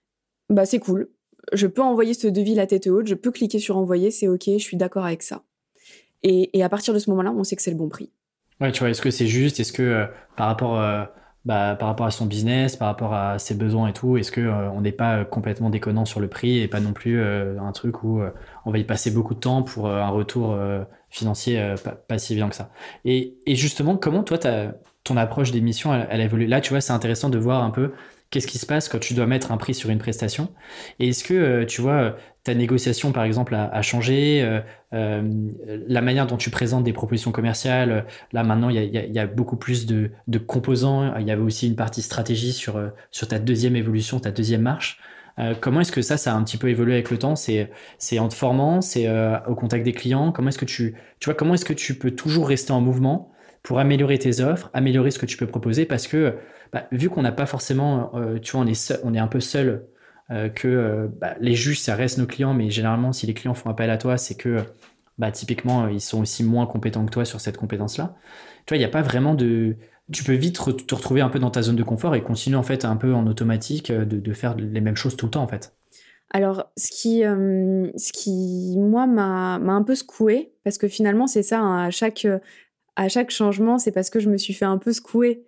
bah c'est cool. Je peux envoyer ce devis la tête haute, je peux cliquer sur envoyer, c'est OK, je suis d'accord avec ça. Et, et à partir de ce moment-là, on sait que c'est le bon prix. Ouais, tu vois, est-ce que c'est juste, est-ce que euh, par rapport, euh, bah, par rapport à son business, par rapport à ses besoins et tout, est-ce que euh, on n'est pas euh, complètement déconnant sur le prix et pas non plus euh, un truc où euh, on va y passer beaucoup de temps pour euh, un retour euh, financier euh, pas, pas si bien que ça. Et, et justement, comment toi, t'as, ton approche des missions, elle, elle évolue. Là, tu vois, c'est intéressant de voir un peu qu'est-ce qui se passe quand tu dois mettre un prix sur une prestation. Et est-ce que, euh, tu vois, ta négociation, par exemple, a, a changé, euh, euh, la manière dont tu présentes des propositions commerciales. Là, maintenant, il y a, il y a, il y a beaucoup plus de, de composants. Il y avait aussi une partie stratégie sur, euh, sur ta deuxième évolution, ta deuxième marche. Euh, comment est-ce que ça, ça a un petit peu évolué avec le temps ? C'est, c'est en te formant, c'est euh, au contact des clients. Comment est-ce que tu, tu vois, comment est-ce que tu peux toujours rester en mouvement pour améliorer tes offres, améliorer ce que tu peux proposer ? Parce que, bah, vu qu'on n'a pas forcément, euh, tu vois, on est, seul, on est un peu seul, euh, que euh, bah, les juges, ça reste nos clients, mais généralement, si les clients font appel à toi, c'est que bah, typiquement, ils sont aussi moins compétents que toi sur cette compétence-là. Tu vois, il n'y a pas vraiment de... Tu peux vite re- te retrouver un peu dans ta zone de confort et continuer en fait un peu en automatique de, de faire les mêmes choses tout le temps en fait. Alors, ce qui, euh, ce qui moi, m'a, m'a un peu secouée, parce que finalement, c'est ça, hein, à chaque, à chaque changement, c'est parce que je me suis fait un peu secouer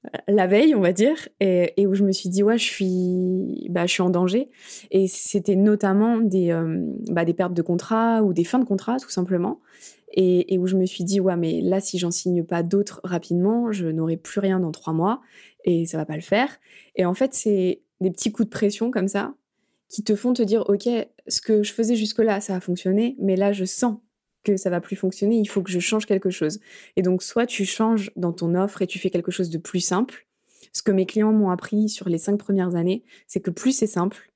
la veille, on va dire, et, et où je me suis dit, ouais, je suis, bah, je suis en danger. Et c'était notamment des, euh, bah, des pertes de contrat ou des fins de contrat, tout simplement. Et, et où je me suis dit, ouais, mais là, si j'en signe pas d'autres rapidement, je n'aurai plus rien dans trois mois et ça va pas le faire. Et en fait, c'est des petits coups de pression comme ça qui te font te dire, OK, ce que je faisais jusque-là, ça a fonctionné, mais là, je sens que ça va plus fonctionner, il faut que je change quelque chose. Et donc, soit tu changes dans ton offre et tu fais quelque chose de plus simple. Ce que mes clients m'ont appris sur les cinq premières années, c'est que plus c'est simple,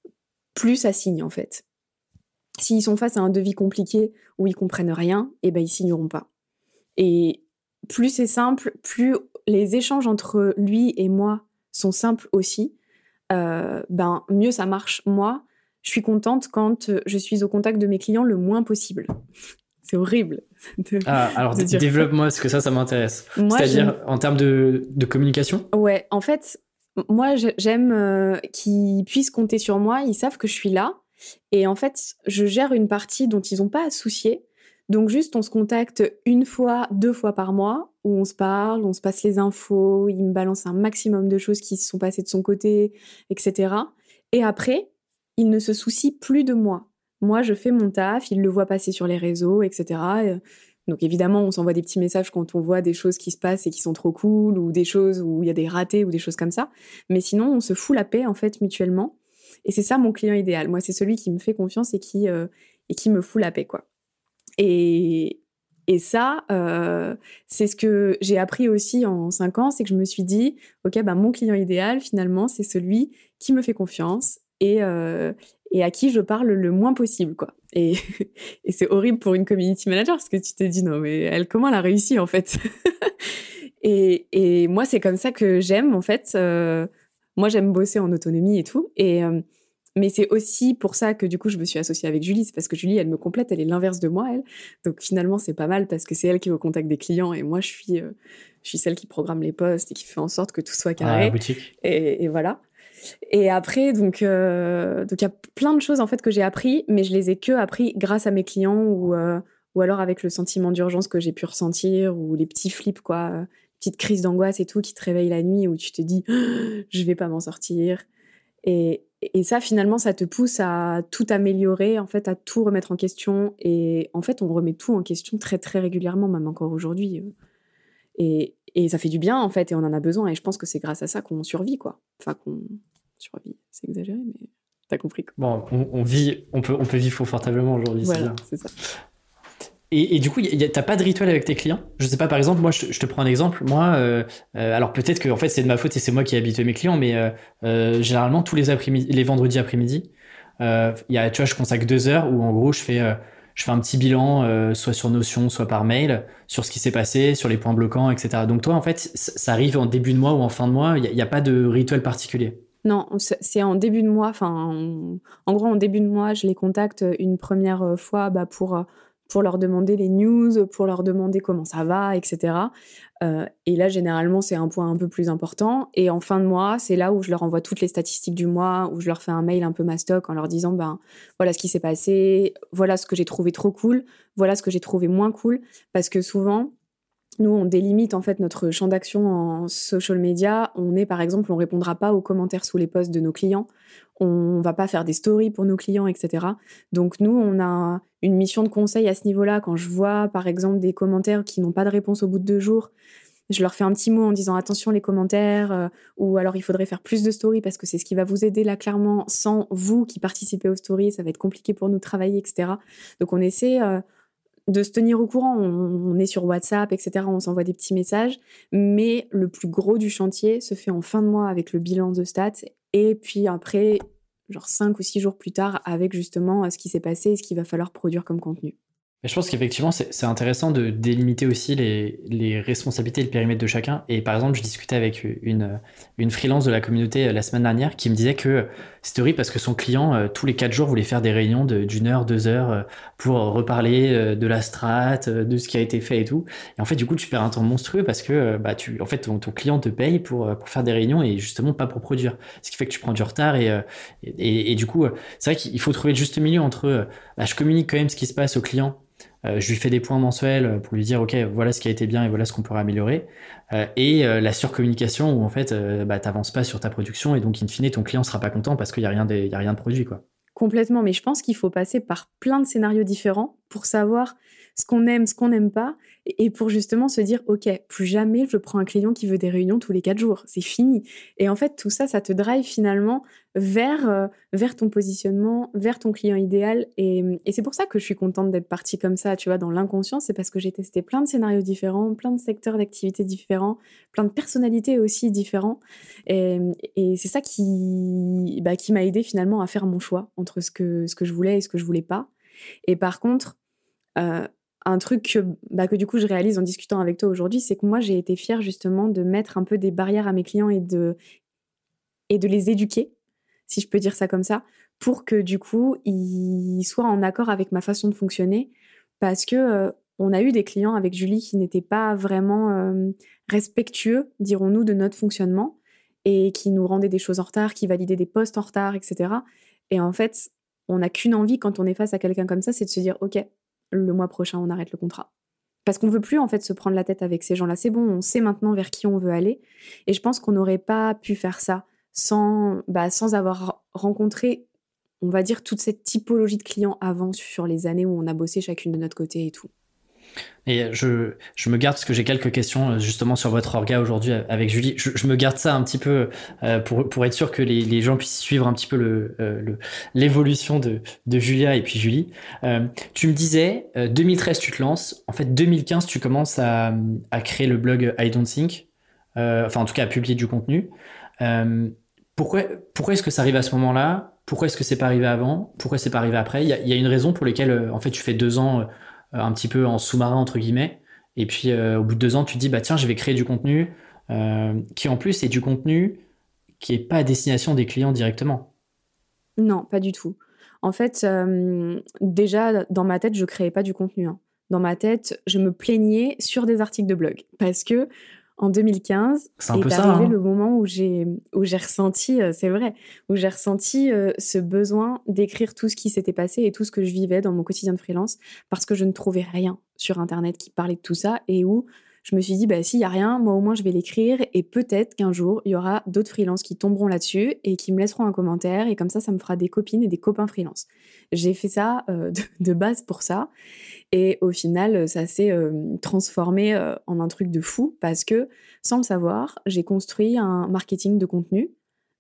plus ça signe, en fait. S'ils sont face à un devis compliqué où ils comprennent rien, eh ben, ils signeront pas. Et plus c'est simple, plus les échanges entre lui et moi sont simples aussi, euh, ben, mieux ça marche. Moi, je suis contente quand je suis au contact de mes clients le moins possible. C'est horrible de, Ah, alors de d- dire développe-moi parce que ça, ça m'intéresse. Moi, C'est-à-dire j'aime... en termes de, de communication ? Ouais, en fait, moi, j'aime euh, qu'ils puissent compter sur moi. Ils savent que je suis là. Et en fait, je gère une partie dont ils n'ont pas à se soucier. Donc, juste, on se contacte une fois, deux fois par mois, où on se parle, on se passe les infos, il me balance un maximum de choses qui se sont passées de son côté, et cetera. Et après, il ne se soucie plus de moi. Moi, je fais mon taf, il le voit passer sur les réseaux, et cetera. Donc évidemment, on s'envoie des petits messages quand on voit des choses qui se passent et qui sont trop cool, ou des choses où il y a des ratés, ou des choses comme ça. Mais sinon, on se fout la paix, en fait, mutuellement. Et c'est ça mon client idéal. Moi, c'est celui qui me fait confiance et qui, euh, et qui me fout la paix, quoi. Et, et ça, euh, c'est ce que j'ai appris aussi en cinq ans, c'est que je me suis dit, OK, bah, mon client idéal, finalement, c'est celui qui me fait confiance et, euh, et à qui je parle le moins possible, quoi. Et, et c'est horrible pour une community manager parce que tu te dis, non, mais elle, comment elle a réussi, en fait? et, et moi, c'est comme ça que j'aime, en fait. Euh, moi, j'aime bosser en autonomie et tout. Et, euh, Mais c'est aussi pour ça que du coup, je me suis associée avec Julie. C'est parce que Julie, elle me complète, elle est l'inverse de moi, elle. Donc finalement, c'est pas mal parce que c'est elle qui est au contact des clients et moi, je suis, euh, je suis celle qui programme les posts et qui fait en sorte que tout soit à la carré. boutique. Et, et voilà. Et après, donc, euh, donc il y a plein de choses en fait que j'ai appris, mais je les ai que appris grâce à mes clients ou, euh, ou alors avec le sentiment d'urgence que j'ai pu ressentir ou les petits flips, quoi, euh, petites crises d'angoisse et tout qui te réveillent la nuit où tu te dis, je vais pas m'en sortir. Et, et ça, finalement, ça te pousse à tout améliorer, en fait, à tout remettre en question. Et en fait, on remet tout en question très, très régulièrement, même encore aujourd'hui. Et, et ça fait du bien, en fait, et on en a besoin. Et je pense que c'est grâce à ça qu'on survit, quoi. Enfin, qu'on survit, c'est exagéré, mais t'as compris, quoi. Bon, on, on vit, on peut, on peut vivre confortablement aujourd'hui, c'est Voilà, bien. c'est ça. Et, et du coup, y a- t'as pas de rituel avec tes clients? Je sais pas, par exemple, moi, je, te- je te prends un exemple. Moi, euh, euh, alors peut-être que en fait c'est de ma faute et c'est moi qui ai habitué mes clients, mais euh, euh, généralement tous les après-midi, les vendredis après-midi, euh, il y a, tu vois, je consacre deux heures où en gros je fais, euh, je fais un petit bilan, euh, soit sur Notion, soit par mail, sur ce qui s'est passé, sur les points bloquants, et cetera. Donc toi, en fait, c- ça arrive en début de mois ou en fin de mois. Il y, a y a pas de rituel particulier. Non, c'est c'est en début de mois. Enfin, on- en gros, en début de mois, je les contacte une première euh, fois bah, pour, euh, pour leur demander les news, pour leur demander comment ça va, et cetera. Euh, et là, généralement, c'est un point un peu plus important. Et en fin de mois, c'est là où je leur envoie toutes les statistiques du mois, où je leur fais un mail un peu mastoc en leur disant, ben, voilà ce qui s'est passé, voilà ce que j'ai trouvé trop cool, voilà ce que j'ai trouvé moins cool. Parce que souvent, nous, on délimite en fait notre champ d'action en social media. On est, par exemple, on répondra pas aux commentaires sous les posts de nos clients. On va pas faire des stories pour nos clients, et cetera. Donc nous, on a une mission de conseil à ce niveau-là. Quand je vois, par exemple, des commentaires qui n'ont pas de réponse au bout de deux jours, je leur fais un petit mot en disant attention les commentaires, euh, ou alors il faudrait faire plus de stories parce que c'est ce qui va vous aider là clairement. Sans vous qui participez aux stories, ça va être compliqué pour nous de travailler, et cetera. Donc on essaie euh, de se tenir au courant. On, on est sur WhatsApp, et cetera. On s'envoie des petits messages. Mais le plus gros du chantier se fait en fin de mois avec le bilan de stats. Et puis après, genre cinq ou six jours plus tard, avec justement ce qui s'est passé et ce qu'il va falloir produire comme contenu. Mais je pense qu'effectivement, c'est c'est intéressant de délimiter aussi les, les responsabilités et le périmètre de chacun. Et par exemple, je discutais avec une, une freelance de la communauté euh, la semaine dernière qui me disait que c'était horrible parce que son client, euh, tous les quatre jours, voulait faire des réunions de- d'une heure, deux heures euh, pour reparler euh, de la strat, euh, de ce qui a été fait et tout. Et en fait, du coup, tu perds un temps monstrueux parce que euh, bah, tu, en fait, ton, ton client te paye pour, euh, pour faire des réunions et justement pas pour produire. Ce qui fait que tu prends du retard et, euh, et, et- et du coup, euh, c'est vrai qu'il faut trouver le juste milieu entre euh, bah, je communique quand même ce qui se passe au client. Euh, je lui fais des points mensuels pour lui dire ok voilà ce qui a été bien et voilà ce qu'on pourrait améliorer euh, et euh, la surcommunication où en fait euh, bah, t'avances pas sur ta production et donc in fine ton client sera pas content parce qu'il y a rien de, il y a rien de produit quoi. Complètement, mais je pense qu'il faut passer par plein de scénarios différents pour savoir ce qu'on aime, ce qu'on n'aime pas, et pour justement se dire, OK, plus jamais je prends un client qui veut des réunions tous les quatre jours, c'est fini. Et en fait, tout ça, ça te drive finalement vers, euh, vers ton positionnement, vers ton client idéal, et, et c'est pour ça que je suis contente d'être partie comme ça, tu vois, dans l'inconscient, c'est parce que j'ai testé plein de scénarios différents, plein de secteurs d'activité différents, plein de personnalités aussi différents, et, et c'est ça qui, bah, qui m'a aidée finalement à faire mon choix entre ce que, ce que je voulais et ce que je voulais pas. Et par contre, euh, un truc que, bah, que du coup je réalise en discutant avec toi aujourd'hui, c'est que moi j'ai été fière justement de mettre un peu des barrières à mes clients et de, et de les éduquer, si je peux dire ça comme ça, pour que du coup ils soient en accord avec ma façon de fonctionner. Parce que euh, on a eu des clients avec Julie qui n'étaient pas vraiment euh, respectueux, dirons-nous, de notre fonctionnement et qui nous rendaient des choses en retard, qui validaient des postes en retard, et cetera. Et en fait, on n'a qu'une envie quand on est face à quelqu'un comme ça, c'est de se dire ok, le mois prochain on arrête le contrat. Parce qu'on veut plus en fait se prendre la tête avec ces gens-là. C'est bon, on sait maintenant vers qui on veut aller. Et je pense qu'on n'aurait pas pu faire ça sans, bah, sans avoir rencontré, on va dire, toute cette typologie de clients avant sur les années où on a bossé chacune de notre côté et tout. Et je, je me garde parce que j'ai quelques questions justement sur votre orga aujourd'hui avec Julie. Je, je me garde ça un petit peu euh, pour, pour être sûr que les, les gens puissent suivre un petit peu le, euh, le, l'évolution de, de Julia et puis Julie. Euh, tu me disais, euh, deux mille treize tu te lances. En fait, deux mille quinze tu commences à, à créer le blog I Don't Think. Euh, enfin, en tout cas, à publier du contenu. Euh, pourquoi pourquoi est-ce que ça arrive à ce moment-là? Pourquoi est-ce que c'est pas arrivé avant? Pourquoi c'est pas arrivé après? Il y a, il y a une raison pour laquelle, euh, en fait, tu fais deux ans... Euh, un petit peu en sous-marin entre guillemets et puis euh, au bout de deux ans tu te dis bah tiens je vais créer du contenu euh, qui en plus est du contenu qui est pas à destination des clients directement. Non, pas du tout. En fait, hem, déjà, dans ma tête, je créais pas du contenu, hein. Dans ma tête, je me plaignais sur des articles de blog parce qu'en deux mille quinze C'est un peu est ça, arrivé hein. le moment où j'ai où j'ai ressenti, heu, c'est vrai, où j'ai ressenti, heu, ce besoin d'écrire tout ce qui s'était passé et tout ce que je vivais dans mon quotidien de freelance parce que je ne trouvais rien sur internet qui parlait de tout ça et où je me suis dit: «Bah, s'il y a rien, moi, au moins, je vais l'écrire et peut-être qu'un jour, il y aura d'autres freelances qui tomberont là-dessus et qui me laisseront un commentaire et comme ça, ça me fera des copines et des copains freelance». J'ai fait ça, heu, de de base pour ça et au final, heu, ça s'est, hem, transformé, heu, en un truc de fou parce que, sans le savoir, j'ai construit un marketing de contenu,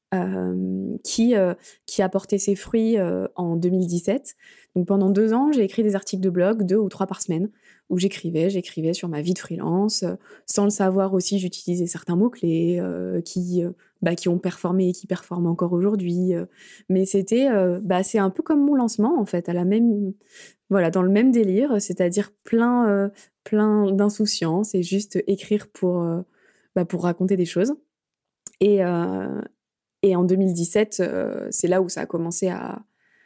hem, qui, heu, qui a porté ses fruits, heu, en deux mille dix-sept. Donc pendant deux ans, j'ai écrit des articles de blog, deux ou trois par semaine, où j'écrivais j'écrivais sur ma vie de freelance, heu, sans le savoir aussi, j'utilisais certains mots-clés, heu, qui, heu, bah, qui ont performé et qui performent encore aujourd'hui, heu, mais c'était, heu, bah, c'est un peu comme mon lancement en fait, à la même voilà, dans le même délire, c'est-à-dire plein, heu, plein d'insouciance et juste écrire pour, heu, bah, pour raconter des choses et heu et en deux mille dix-sept, heu, c'est là où ça a commencé à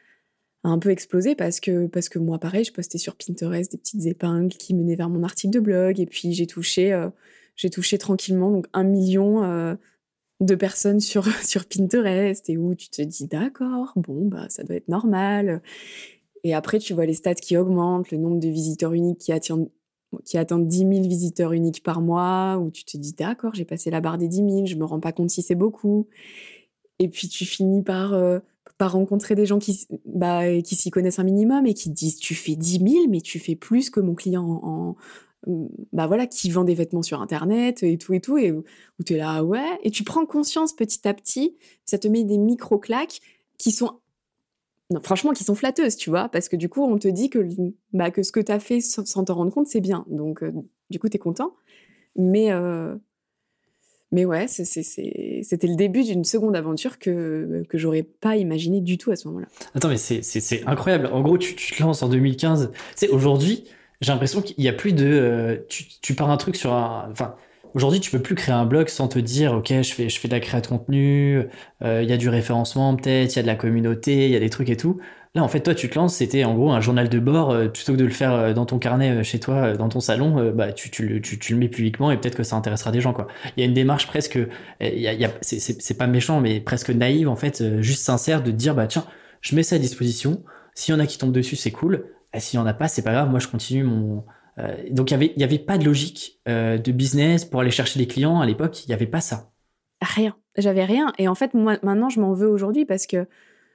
à un peu exploser parce que parce que moi, pareil, je postais sur Pinterest des petites épingles qui menaient vers mon article de blog et puis j'ai touché, heu, j'ai touché tranquillement donc un million heu, de personnes sur sur Pinterest et où tu te dis: «D'accord, bon, bah, ça doit être normal», et après tu vois les stats qui augmentent, le nombre de visiteurs uniques qui atteignent qui atteint dix mille visiteurs uniques par mois, où tu te dis: «D'accord, j'ai passé la barre des dix mille, je me rends pas compte si c'est beaucoup». Et puis tu finis par, heu, par rencontrer des gens qui s bah, qui s'y connaissent un minimum et qui te disent: «Tu fais dix mille, mais tu fais plus que mon client en en mmh, bah, voilà, qui vend des vêtements sur internet et tout et tout», et où où tu es là: «Ah ouais?» Et tu prends conscience petit à petit, ça te met des micro claques qui sont non, franchement, qui sont flatteuses, tu vois? Parce que du coup, on te dit que l bah, que ce que tu as fait sans sans t'en rendre compte, c'est bien. Donc heu, du coup, tu es content. Mais heu mais ouais, c'est c'est c'est c'était le début d'une seconde aventure que que j'aurais pas imaginé du tout à ce moment-là. Attends, mais c'est c'est c'est incroyable. En gros, tu tu te lances en deux mille quinze. Tu sais, aujourd'hui, j'ai l'impression qu'il y a plus de, heu, tu tu pars un truc sur un enfin, aujourd'hui, tu peux plus créer un blog sans te dire: «OK, je fais je fais de la créa de contenu, heu, il y a du référencement peut-être, il y a de la communauté, il y a des trucs et tout». Là, en fait, toi, tu te lances, c'était en gros un journal de bord, heu, plutôt que de le faire, heu, dans ton carnet, heu, chez toi, heu, dans ton salon, heu, bah, tu tu le tu tu le mets publiquement et peut-être que ça intéressera des gens, quoi. Il y a une démarche presque, heu, il y a il y a c'est c'est c'est pas méchant, mais presque naïve, en fait, heu, juste sincère de te dire: «Bah, tiens, je mets ça à disposition. S'il y en a qui tombent dessus, c'est cool. Et s'il y en a pas, c'est pas grave. Moi, je continue mon». Euh, donc, il y avait, il y avait pas de logique euh, de business pour aller chercher des clients à l'époque. Il y avait pas ça. Rien, j'avais rien et en fait, moi, maintenant, je m'en veux aujourd'hui parce que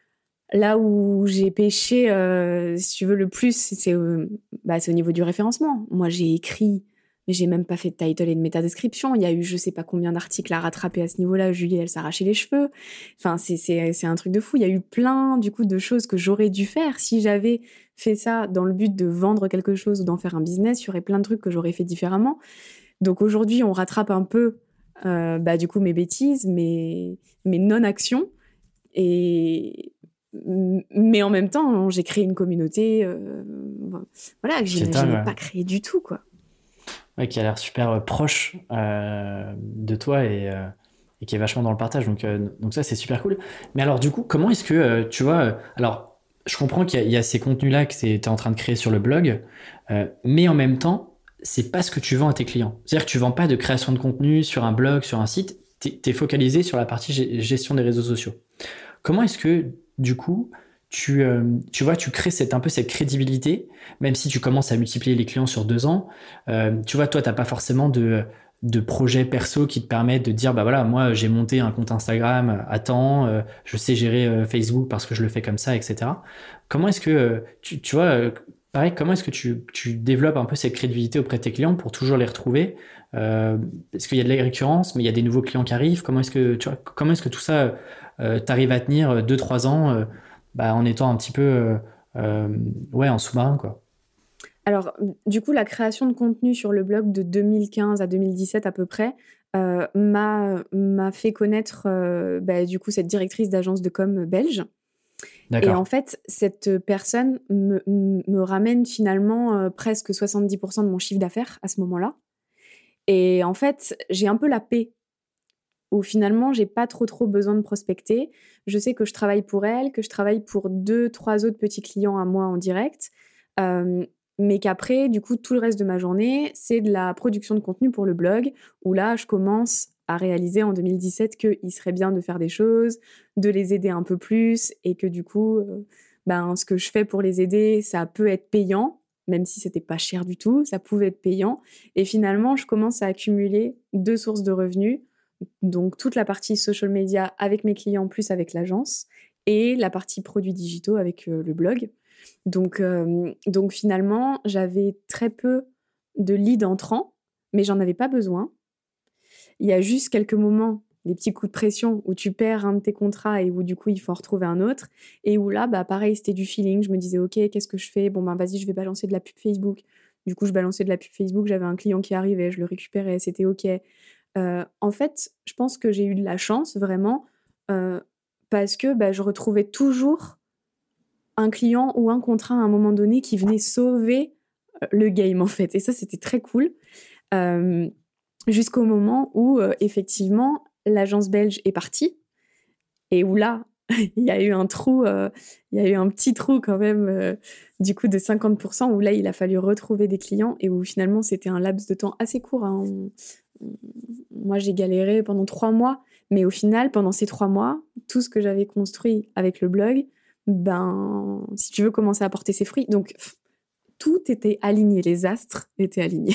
là où j'ai pêché, heu, si tu veux, le plus, c'est, heu, bah, c'est au niveau du référencement. Moi, j'ai écrit, mais j'ai même pas fait de title et de métadescription. Il y a eu je sais pas combien d'articles à rattraper à ce niveau-là. Julie, elle s'arrachait les cheveux. Enfin, c'est c'est c'est un truc de fou. Il y a eu plein, du coup, de choses que j'aurais dû faire. Si j'avais fait ça dans le but de vendre quelque chose ou d'en faire un business, il y aurait plein de trucs que j'aurais fait différemment. Donc aujourd'hui, on rattrape un peu, heu, bah, du coup, mes bêtises, mes mes non-actions et m mais en même temps, j'ai créé une communauté, heu, voilà, que Qui est dingue, j'imaginais ouais. pas créer du tout, quoi. Ouais, qui a l'air super euh, proche euh, de toi et, euh, et qui est vachement dans le partage. Donc, euh, donc ça, c'est super cool. Mais alors, du coup, comment est-ce que, euh, tu vois, euh, alors, je comprends qu'il y a, il y a ces contenus-là que tu es en train de créer sur le blog, euh, mais en même temps, c'est pas ce que tu vends à tes clients. C'est-à-dire que tu vends pas de création de contenu sur un blog, sur un site, tu es focalisé sur la partie ge- gestion des réseaux sociaux. Comment est-ce que, du coup, tu, euh, tu vois, tu crées cette, un peu cette crédibilité, même si tu commences à multiplier les clients sur deux ans. Euh, tu vois, toi, tu n'as pas forcément de, de projet perso qui te permettent de dire, bah voilà, moi, j'ai monté un compte Instagram à temps, euh, je sais gérer euh, Facebook parce que je le fais comme ça, et cetera. Comment est-ce que, euh, tu, tu vois, euh, pareil, comment est-ce que tu, tu développes un peu cette crédibilité auprès de tes clients pour toujours les retrouver? Euh, Parce qu'il y a de la récurrence, mais il y a des nouveaux clients qui arrivent. Comment est-ce que, tu vois, comment est-ce que tout ça euh, t'arrives à tenir deux trois ans euh, bah, en étant un petit peu euh, euh, ouais, en sous-marin, quoi. Alors, du coup, la création de contenu sur le blog de deux mille quinze à deux mille dix-sept à peu près, heu, m'a m'a fait connaître, heu, bah, du coup, cette directrice d'agence de com belge. Et en D'accord. fait, cette personne me me ramène finalement, heu, presque soixante-dix de mon chiffre d'affaires à ce moment-là. Et en fait, j'ai un peu la paix où finalement, j'ai pas trop, trop besoin de prospecter. Je sais que je travaille pour elle, que je travaille pour deux, trois autres petits clients à moi en direct, euh, mais qu'après, du coup, tout le reste de ma journée, c'est de la production de contenu pour le blog, où là, je commence à réaliser en deux mille dix-sept qu'il serait bien de faire des choses, de les aider un peu plus, et que du coup, euh, ben, ce que je fais pour les aider, ça peut être payant, même si c'était pas cher du tout, ça pouvait être payant. Et finalement, je commence à accumuler deux sources de revenus, donc toute la partie social media avec mes clients plus avec l'agence, et la partie produits digitaux avec euh, le blog. Donc, euh, donc finalement, j'avais très peu de leads entrants, mais j'en avais pas besoin. Il y a juste quelques moments, des petits coups de pression où tu perds un de tes contrats et où du coup il faut en retrouver un autre, et où là, bah pareil, c'était du feeling. Je me disais, ok, qu'est-ce que je fais? Bon ben vas-y, je vais balancer de la pub Facebook. Du coup, je balançais de la pub Facebook. J'avais un client qui arrivait, je le récupérais, c'était ok. Euh, en fait, je pense que j'ai eu de la chance vraiment euh, parce que bah, je retrouvais toujours un client ou un contrat à un moment donné qui venait sauver euh, le game en fait. Et ça, c'était très cool. Euh, Jusqu'au moment où, euh, effectivement, l'agence belge est partie et où là, il y a eu un trou, euh, il y a eu un petit trou quand même, euh, du coup, de cinquante pour cent, où là, il a fallu retrouver des clients et où finalement, c'était un laps de temps assez court. Hein. On- on- Moi, j'ai galéré pendant trois mois, mais au final, pendant ces trois mois, tout ce que j'avais construit avec le blog, ben, si tu veux, commencer à porter ses fruits. Donc, pff, tout était aligné, les astres étaient alignés.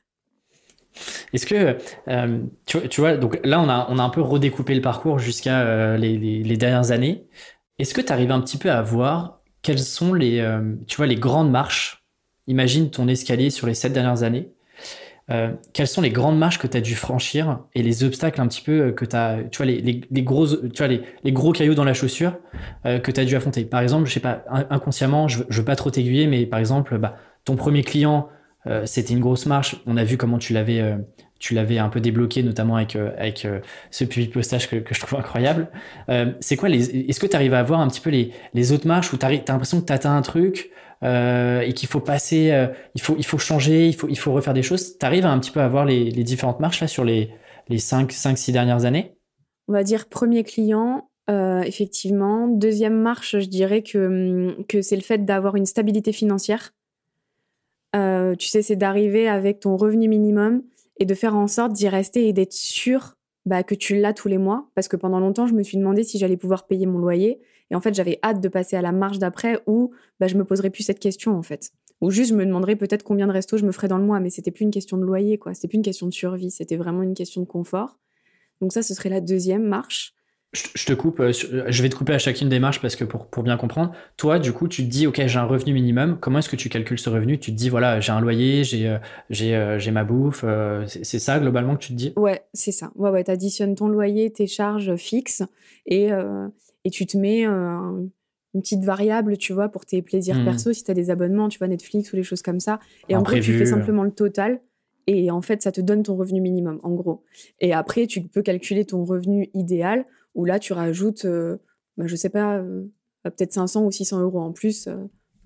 Est-ce que, euh, tu, vois- tu vois, donc là, on a, on a un peu redécoupé le parcours jusqu'à euh, les, les- les dernières années. Est-ce que tu arrives un petit peu à voir quelles sont les, euh, tu vois, les grandes marches? Imagine ton escalier sur les sept dernières années. Euh, quelles sont les grandes marches que tu as dû franchir et les obstacles un petit peu euh, que tu as, tu vois, les, les, les gros, tu vois, les, les gros cailloux dans la chaussure euh, que tu as dû affronter. Par exemple, je sais pas, in- inconsciemment, je, veux- je veux pas trop t'aiguiller, mais par exemple, bah, ton premier client, euh, c'était une grosse marche. On a vu comment tu l'avais, euh, tu l'avais un peu débloqué, notamment avec, euh, avec euh, ce public postage que, que je trouve incroyable. Euh, c'est quoi les, est-ce que tu arrives à voir un petit peu les, les autres marches où tu as l'impression que tu atteins un truc euh, et qu'il faut passer, euh, il faut, il faut changer, il faut, il faut refaire des choses. Tu arrives à un petit peu à voir les, les différentes marches là sur les, les cinq six dernières années? On va dire premier client, euh, effectivement. Deuxième marche, je dirais que, hum, que c'est le fait d'avoir une stabilité financière. Euh, tu sais, c'est d'arriver avec ton revenu minimum et de faire en sorte d'y rester et d'être sûr bah, que tu l'as tous les mois. Parce que pendant longtemps, je me suis demandé si j'allais pouvoir payer mon loyer. Et en fait, j'avais hâte de passer à la marche d'après où bah, je me poserais plus cette question, en fait. Ou juste, je me demanderais peut-être combien de restos je me ferais dans le mois. Mais c'était plus une question de loyer, quoi. C'était plus une question de survie. C'était vraiment une question de confort. Donc ça, ce serait la deuxième marche. Je, je te coupe, euh, sur- euh, je vais te couper à chacune des marches parce que pour, pour bien comprendre, toi, du coup, tu te dis, OK, j'ai un revenu minimum. Comment est-ce que tu calcules ce revenu? Tu te dis, voilà, j'ai un loyer, j'ai euh, j'ai euh, j'ai ma bouffe. euh, c'est c'est ça, globalement, que tu te dis? Ouais, c'est ça. Ouais, ouais, t'additionnes ton loyer, tes charges fixes et, euh, et tu te mets euh, une petite variable, tu vois, pour tes plaisirs Hmm. perso, si t'as des abonnements, tu vois, Netflix ou les choses comme ça. Et en gros, tu fais Imprévu. euh. simplement le total et en fait, ça te donne ton revenu minimum, en gros. Et après, tu peux calculer ton revenu idéal où là, tu rajoutes, euh, bah, je sais pas, euh, peut-être cinq cents ou six cents euros en plus euh,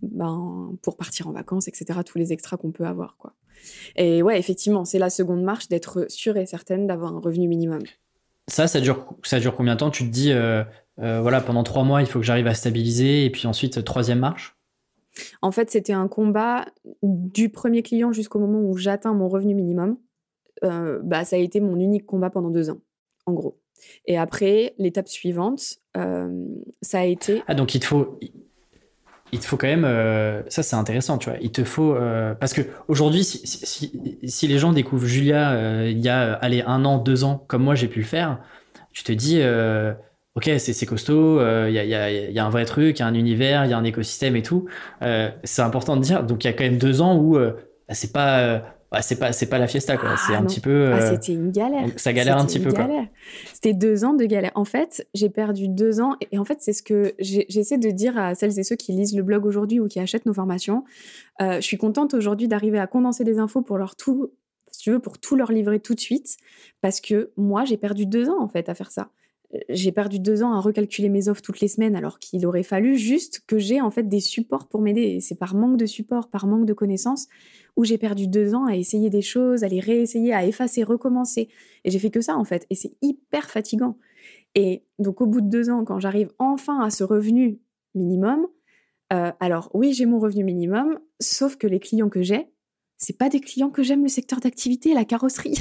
ben, pour partir en vacances, et cetera. Tous les extras qu'on peut avoir, quoi. Et ouais, effectivement, c'est la seconde marche d'être sûre et certaine d'avoir un revenu minimum. Ça, ça dure, ça dure combien de temps? Tu te dis, euh, euh, voilà, pendant trois mois, il faut que j'arrive à stabiliser. Et puis ensuite, troisième marche. En fait, c'était un combat du premier client jusqu'au moment où j'atteins mon revenu minimum. Euh, bah, ça a été mon unique combat pendant deux ans, en gros. Et après, l'étape suivante, euh, ça a été... Ah, donc il te faut, il te faut quand même, euh, ça c'est intéressant, tu vois. Il te faut, euh, parce que aujourd'hui, si, si, si- si les gens découvrent Julia euh, il y a, euh, allez, un an, deux ans, comme moi j'ai pu le faire, tu te dis, euh, ok, c'est c'est costaud, euh, il y a, il y a- il y a un vrai truc, il y a un univers, il y a un écosystème et tout. Euh, c'est important de dire. Donc il y a quand même deux ans où euh, bah, c'est pas, euh, bah, c'est pas, c'est pas la fiesta, quoi. C'est Ah un non, petit peu, ah, euh, c'était une galère. ça galère un C'était petit une peu, quoi. galère. C'était deux ans de galère. En fait, j'ai perdu deux ans. Et et en fait, c'est ce que j'ai- j'essaie de dire à celles et ceux qui lisent le blog aujourd'hui ou qui achètent nos formations. Euh, je suis contente aujourd'hui d'arriver à condenser des infos pour leur tout, si tu veux, pour tout leur livrer tout de suite. Parce que moi, j'ai perdu deux ans, en fait, à faire ça. j'ai perdu deux ans à recalculer mes offres toutes les semaines alors qu'il aurait fallu juste que j'ai en fait des supports pour m'aider. Et c'est par manque de support, par manque de connaissances où j'ai perdu deux ans à essayer des choses, à les réessayer, à effacer, recommencer. Et j'ai fait que ça en fait. Et c'est hyper fatigant. Et donc au bout de deux ans, quand j'arrive enfin à ce revenu minimum, euh, alors oui, j'ai mon revenu minimum, sauf que les clients que j'ai, c'est pas des clients que j'aime le secteur d'activité, la carrosserie.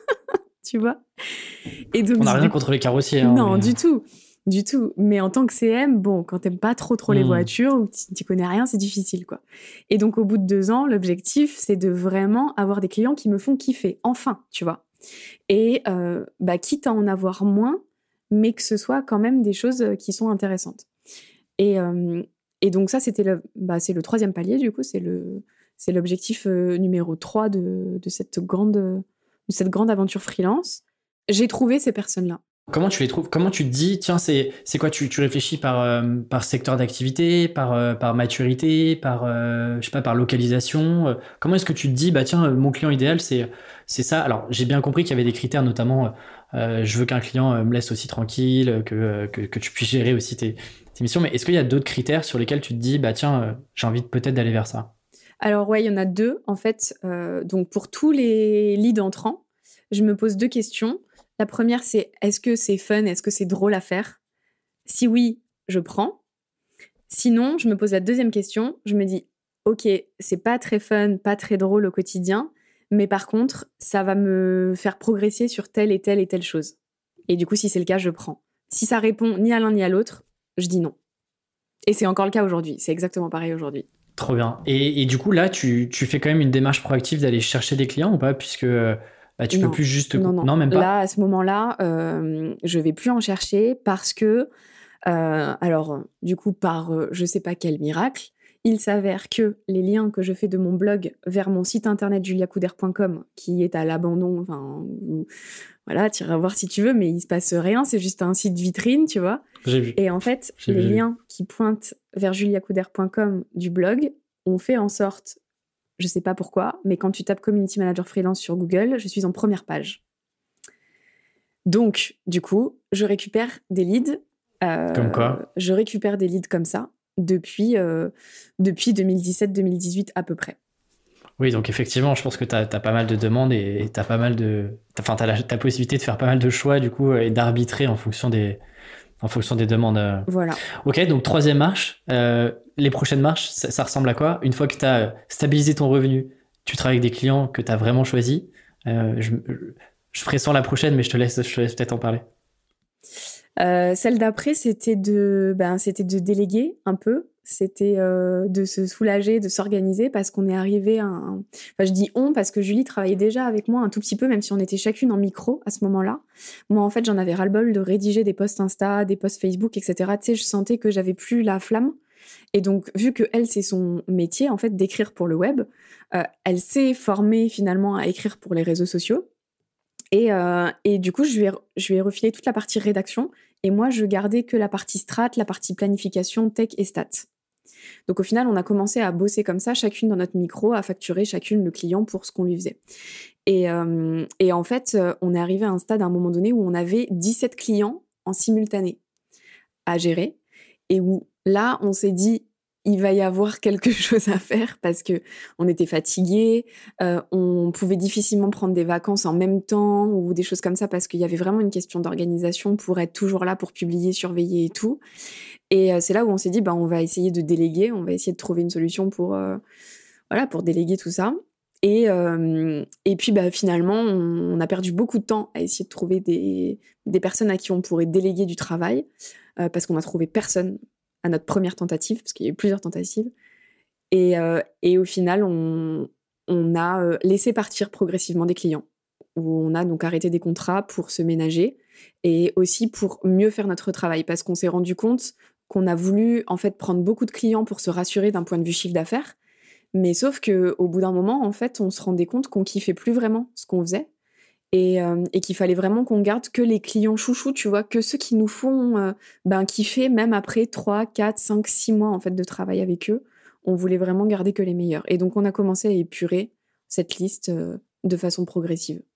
Tu vois. Et donc, On n'a rien du... contre les carrossiers. Hein, non, mais... du tout. Du tout. Mais en tant que C M, bon, quand t'aimes pas trop trop mmh. les voitures ou que tu connais rien, c'est difficile, quoi. Et donc, au bout de deux ans, l'objectif, c'est de vraiment avoir des clients qui me font kiffer. Enfin, tu vois. Et euh, bah, quitte à en avoir moins, mais que ce soit quand même des choses qui sont intéressantes. Et, euh, et donc, ça, c'était le, bah, c'est le troisième palier, du coup. C'est, le, c'est l'objectif euh, numéro trois de, de cette grande... de cette grande aventure freelance, j'ai trouvé ces personnes-là. Comment tu les trouves? Comment tu te dis, tiens, c'est, c'est quoi? Tu, tu réfléchis par, euh, par secteur d'activité, par, euh, par maturité, par, euh, je sais pas, par localisation? euh, Comment est-ce que tu te dis, bah tiens, mon client idéal, c'est, c'est ça? Alors, j'ai bien compris qu'il y avait des critères, notamment, euh, je veux qu'un client me laisse aussi tranquille, que, que, que tu puisses gérer aussi tes, tes missions. Mais est-ce qu'il y a d'autres critères sur lesquels tu te dis, bah tiens, euh, j'ai envie de, peut-être d'aller vers ça? Alors ouais, il y en a deux, en fait. Euh, donc, pour tous les leads entrants, je me pose deux questions. La première, c'est est-ce que c'est fun, est-ce que c'est drôle à faire? Si oui, je prends. Sinon, je me pose la deuxième question. Je me dis, ok, c'est pas très fun, pas très drôle au quotidien, mais par contre, ça va me faire progresser sur telle et telle et telle chose. Et du coup, si c'est le cas, je prends. Si ça répond ni à l'un ni à l'autre, je dis non. Et c'est encore le cas aujourd'hui. C'est exactement pareil aujourd'hui. Trop bien. Et, et du coup, là, tu, tu fais quand même une démarche proactive d'aller chercher des clients ou pas? Puisque bah, tu non. peux plus juste... Non, non. non, même pas. Là, à ce moment-là, euh, je vais plus en chercher parce que, euh, alors, du coup, par euh, je sais pas quel miracle, il s'avère que les liens que je fais de mon blog vers mon site internet julia couder point com, qui est à l'abandon, enfin, où, voilà, tu iras voir si tu veux, mais il se passe rien, c'est juste un site vitrine, tu vois. J'ai vu. Et en fait, J'ai les vu. liens qui pointent vers julia couder point com du blog ont fait en sorte, je sais pas pourquoi, mais quand tu tapes Community Manager Freelance sur Google, je suis en première page. Donc, du coup, je récupère des leads. Euh, comme quoi? Je récupère des leads comme ça depuis, euh, depuis deux mille dix-sept deux mille dix-huit à peu près. Oui, donc effectivement, je pense que tu as pas mal de demandes et tu as pas mal de... Enfin, tu as la, la possibilité de faire pas mal de choix, du coup, et d'arbitrer en fonction des, en fonction des demandes. Voilà. Ok, donc troisième marche. Euh, les prochaines marches, ça, ça ressemble à quoi? Une fois que tu as stabilisé ton revenu, tu travailles avec des clients que tu as vraiment choisis. Euh, je, je ferai sans la prochaine, mais je te laisse, je te laisse peut-être en parler. Euh, celle d'après, c'était de, ben, c'était de déléguer un peu. C'était euh, de se soulager, de s'organiser parce qu'on est arrivé à un... Enfin, je dis on parce que Julie travaillait déjà avec moi un tout petit peu, même si on était chacune en micro à ce moment-là. Moi, en fait, j'en avais ras-le-bol de rédiger des posts Insta, des posts Facebook, et cetera. Tu sais, je sentais que j'avais plus la flamme. Et donc, vu que elle, c'est son métier, en fait, d'écrire pour le web, euh, elle s'est formée finalement à écrire pour les réseaux sociaux. Et, euh, et du coup, je lui, ai, je lui ai refilé toute la partie rédaction. Et moi, je gardais que la partie strat, la partie planification, tech et stats. Donc au final, on a commencé à bosser comme ça, chacune dans notre micro, à facturer chacune le client pour ce qu'on lui faisait. Et, euh, et en fait, on est arrivé à un stade à un moment donné où on avait dix-sept clients en simultané à gérer. Et où là, on s'est dit, il va y avoir quelque chose à faire parce que on était fatigués, euh, on pouvait difficilement prendre des vacances en même temps ou des choses comme ça parce qu'il y avait vraiment une question d'organisation pour être toujours là pour publier, surveiller et tout. Et euh, c'est là où on s'est dit, bah, on va essayer de déléguer, on va essayer de trouver une solution pour, euh, voilà, pour déléguer tout ça. Et, euh, et puis bah, finalement, on, on a perdu beaucoup de temps à essayer de trouver des, des personnes à qui on pourrait déléguer du travail euh, parce qu'on n'a trouvé personne à notre première tentative, parce qu'il y a eu plusieurs tentatives. Et, euh, et au final, on, on a euh, laissé partir progressivement des clients, où on a donc arrêté des contrats pour se ménager et aussi pour mieux faire notre travail, parce qu'on s'est rendu compte qu'on a voulu en fait prendre beaucoup de clients pour se rassurer d'un point de vue chiffre d'affaires, mais sauf qu'au bout d'un moment, en fait, on se rendait compte qu'on kiffait plus vraiment ce qu'on faisait. Et, euh, et qu'il fallait vraiment qu'on garde que les clients chouchous, tu vois, que ceux qui nous font euh, ben, kiffer même après trois, quatre, cinq, six mois en fait, de travail avec eux. On voulait vraiment garder que les meilleurs. Et donc, on a commencé à épurer cette liste euh, de façon progressive.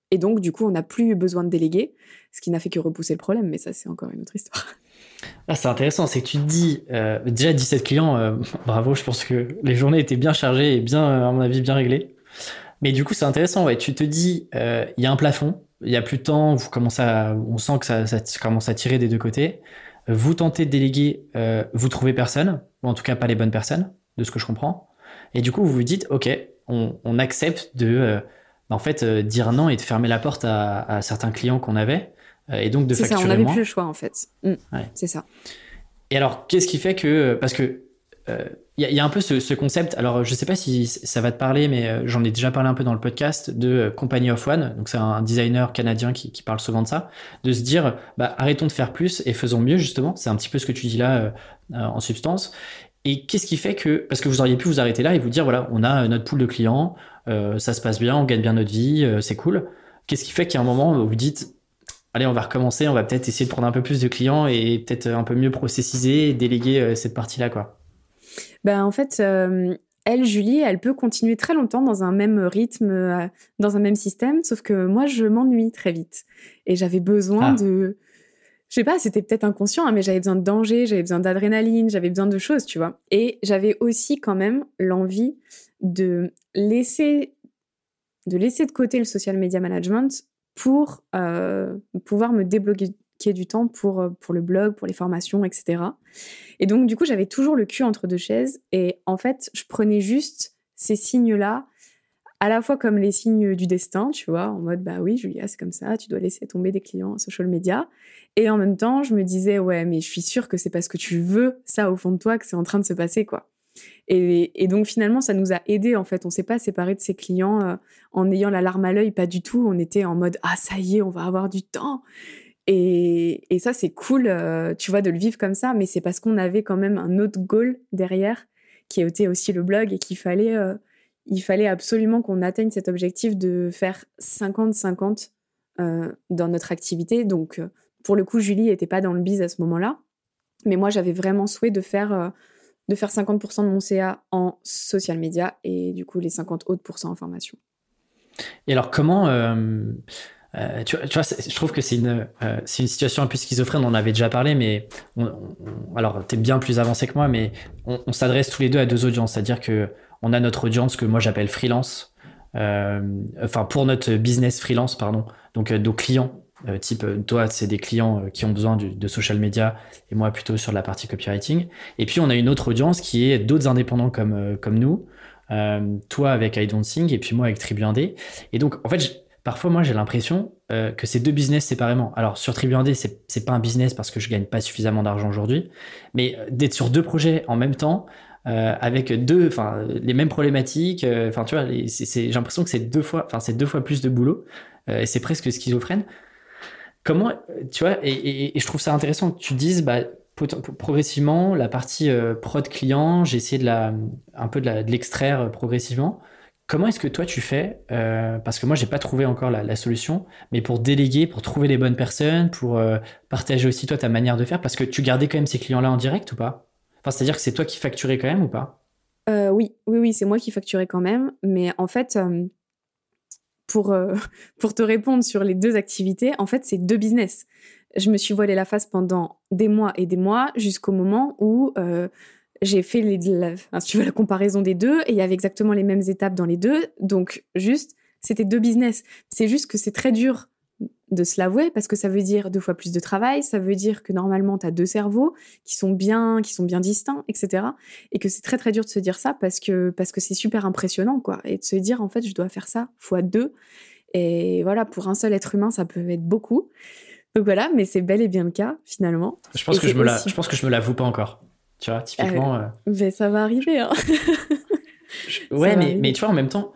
Et donc, du coup, on n'a plus eu besoin de déléguer, ce qui n'a fait que repousser le problème, mais ça, c'est encore une autre histoire. Ah, c'est intéressant, c'est que tu te dis, euh, déjà dix-sept clients, euh, bravo, je pense que les journées étaient bien chargées et bien, à mon avis, bien réglées. Mais du coup, c'est intéressant, ouais, tu te dis, il euh, y a un plafond, il n'y a plus de temps, vous commencez à, on sent que ça, ça commence à tirer des deux côtés. Vous tentez de déléguer, euh, vous trouvez personne, ou en tout cas pas les bonnes personnes, de ce que je comprends. Et du coup, vous vous dites, ok, on, on accepte de, euh, en fait, euh, dire non et de fermer la porte à, à certains clients qu'on avait, euh, et donc de c'est facturer ça, on n'avait moins. plus le choix en fait. Mmh, ouais. C'est ça. Et alors, qu'est-ce qui fait que, parce que il euh, y, y a un peu ce, ce concept, alors je sais pas si ça va te parler, mais euh, j'en ai déjà parlé un peu dans le podcast, de euh, Company of One, donc c'est un designer canadien qui, qui parle souvent de ça, de se dire, bah, arrêtons de faire plus et faisons mieux, justement, c'est un petit peu ce que tu dis là euh, euh, en substance. Et qu'est-ce qui fait que, parce que vous auriez pu vous arrêter là et vous dire, voilà, on a notre pool de clients, euh, ça se passe bien, on gagne bien notre vie, euh, c'est cool. Qu'est-ce qui fait qu'il y a un moment où vous dites, allez, on va recommencer, on va peut-être essayer de prendre un peu plus de clients et peut-être un peu mieux processiser et déléguer euh, cette partie-là, quoi. Ben, en fait, euh, elle, Julie, elle peut continuer très longtemps dans un même rythme, euh, dans un même système, sauf que moi, je m'ennuie très vite. Et j'avais besoin Ah. de... Je sais pas, c'était peut-être inconscient, hein, mais j'avais besoin de danger, j'avais besoin d'adrénaline, j'avais besoin de choses, tu vois. Et j'avais aussi quand même l'envie de laisser, de laisser de côté le social media management pour euh, pouvoir me débloquer du temps pour, pour le blog, pour les formations, et cetera. Et donc, du coup, j'avais toujours le cul entre deux chaises. Et en fait, je prenais juste ces signes-là, à la fois comme les signes du destin, tu vois, en mode, bah oui, Julia, c'est comme ça, tu dois laisser tomber des clients social media. Et en même temps, je me disais, ouais, mais je suis sûre que c'est parce que tu veux ça au fond de toi que c'est en train de se passer, quoi. Et, et donc, finalement, ça nous a aidés, en fait. On s'est pas séparés de ces clients euh, en ayant la larme à l'œil, pas du tout. On était en mode, ah, ça y est, on va avoir du temps. Et, et ça, c'est cool, euh, tu vois, de le vivre comme ça, mais c'est parce qu'on avait quand même un autre goal derrière, qui était aussi le blog, et qu'il fallait, euh, il fallait absolument qu'on atteigne cet objectif de faire cinquante cinquante euh, dans notre activité. Donc, euh, pour le coup, Julie n'était pas dans le biz à ce moment-là, mais moi, j'avais vraiment souhait de faire, euh, de faire cinquante pour cent de mon C A en social media, et du coup, les cinquante autres pourcents en formation. Et alors, comment... Euh... Euh, tu vois, tu vois je trouve que c'est une, euh, c'est une situation un peu schizophrène, on en avait déjà parlé, mais on, on, alors t'es bien plus avancé que moi, mais on, on s'adresse tous les deux à deux audiences, c'est-à-dire que on a notre audience que moi j'appelle freelance, euh, enfin pour notre business freelance, pardon, donc euh, nos clients, euh, type toi c'est des clients euh, qui ont besoin du, de social media et moi plutôt sur la partie copywriting, et puis on a une autre audience qui est d'autres indépendants comme, euh, comme nous, euh, toi avec I Don't Sing et puis moi avec Tribu Indé, et donc en fait je, parfois, moi, j'ai l'impression euh, que c'est deux business séparément. Alors, sur Tribu Indé, c'est, c'est pas un business parce que je gagne pas suffisamment d'argent aujourd'hui, mais d'être sur deux projets en même temps, euh, avec deux, enfin, les mêmes problématiques, enfin, euh, tu vois, les, c'est, c'est, j'ai l'impression que c'est deux fois, enfin, c'est deux fois plus de boulot, euh, et c'est presque schizophrène. Comment, tu vois, et, et, et je trouve ça intéressant que tu dises, bah, progressivement, la partie euh, prod client, j'ai essayé de la, un peu de, la, de l'extraire euh, progressivement. Comment est-ce que toi tu fais euh, parce que moi j'ai pas trouvé encore la, la solution, mais pour déléguer, pour trouver les bonnes personnes, pour euh, partager aussi toi ta manière de faire, parce que tu gardais quand même ces clients-là en direct ou pas? Enfin, c'est-à-dire que c'est toi qui facturais quand même ou pas? euh, Oui, oui, oui, c'est moi qui facturais quand même, mais en fait, euh, pour, euh, pour te répondre sur les deux activités, en fait, c'est deux business. Je me suis voilé la face pendant des mois et des mois jusqu'au moment où euh, j'ai fait les, la, enfin, si tu veux, la comparaison des deux, et il y avait exactement les mêmes étapes dans les deux. Donc, juste, c'était deux business. C'est juste que c'est très dur de se l'avouer parce que ça veut dire deux fois plus de travail, ça veut dire que normalement, tu as deux cerveaux qui sont bien, qui sont bien distincts, et cetera. Et que c'est très, très dur de se dire ça parce que, parce que c'est super impressionnant, quoi. Et de se dire, en fait, je dois faire ça fois deux. Et voilà, pour un seul être humain, ça peut être beaucoup. Donc voilà, mais c'est bel et bien le cas, finalement. Je pense, et que je, me aussi... la, je pense que je me l'avoue pas encore. Tu vois, typiquement. Euh... Mais ça va arriver, hein. je... Ouais, mais, mais tu vois, en même temps,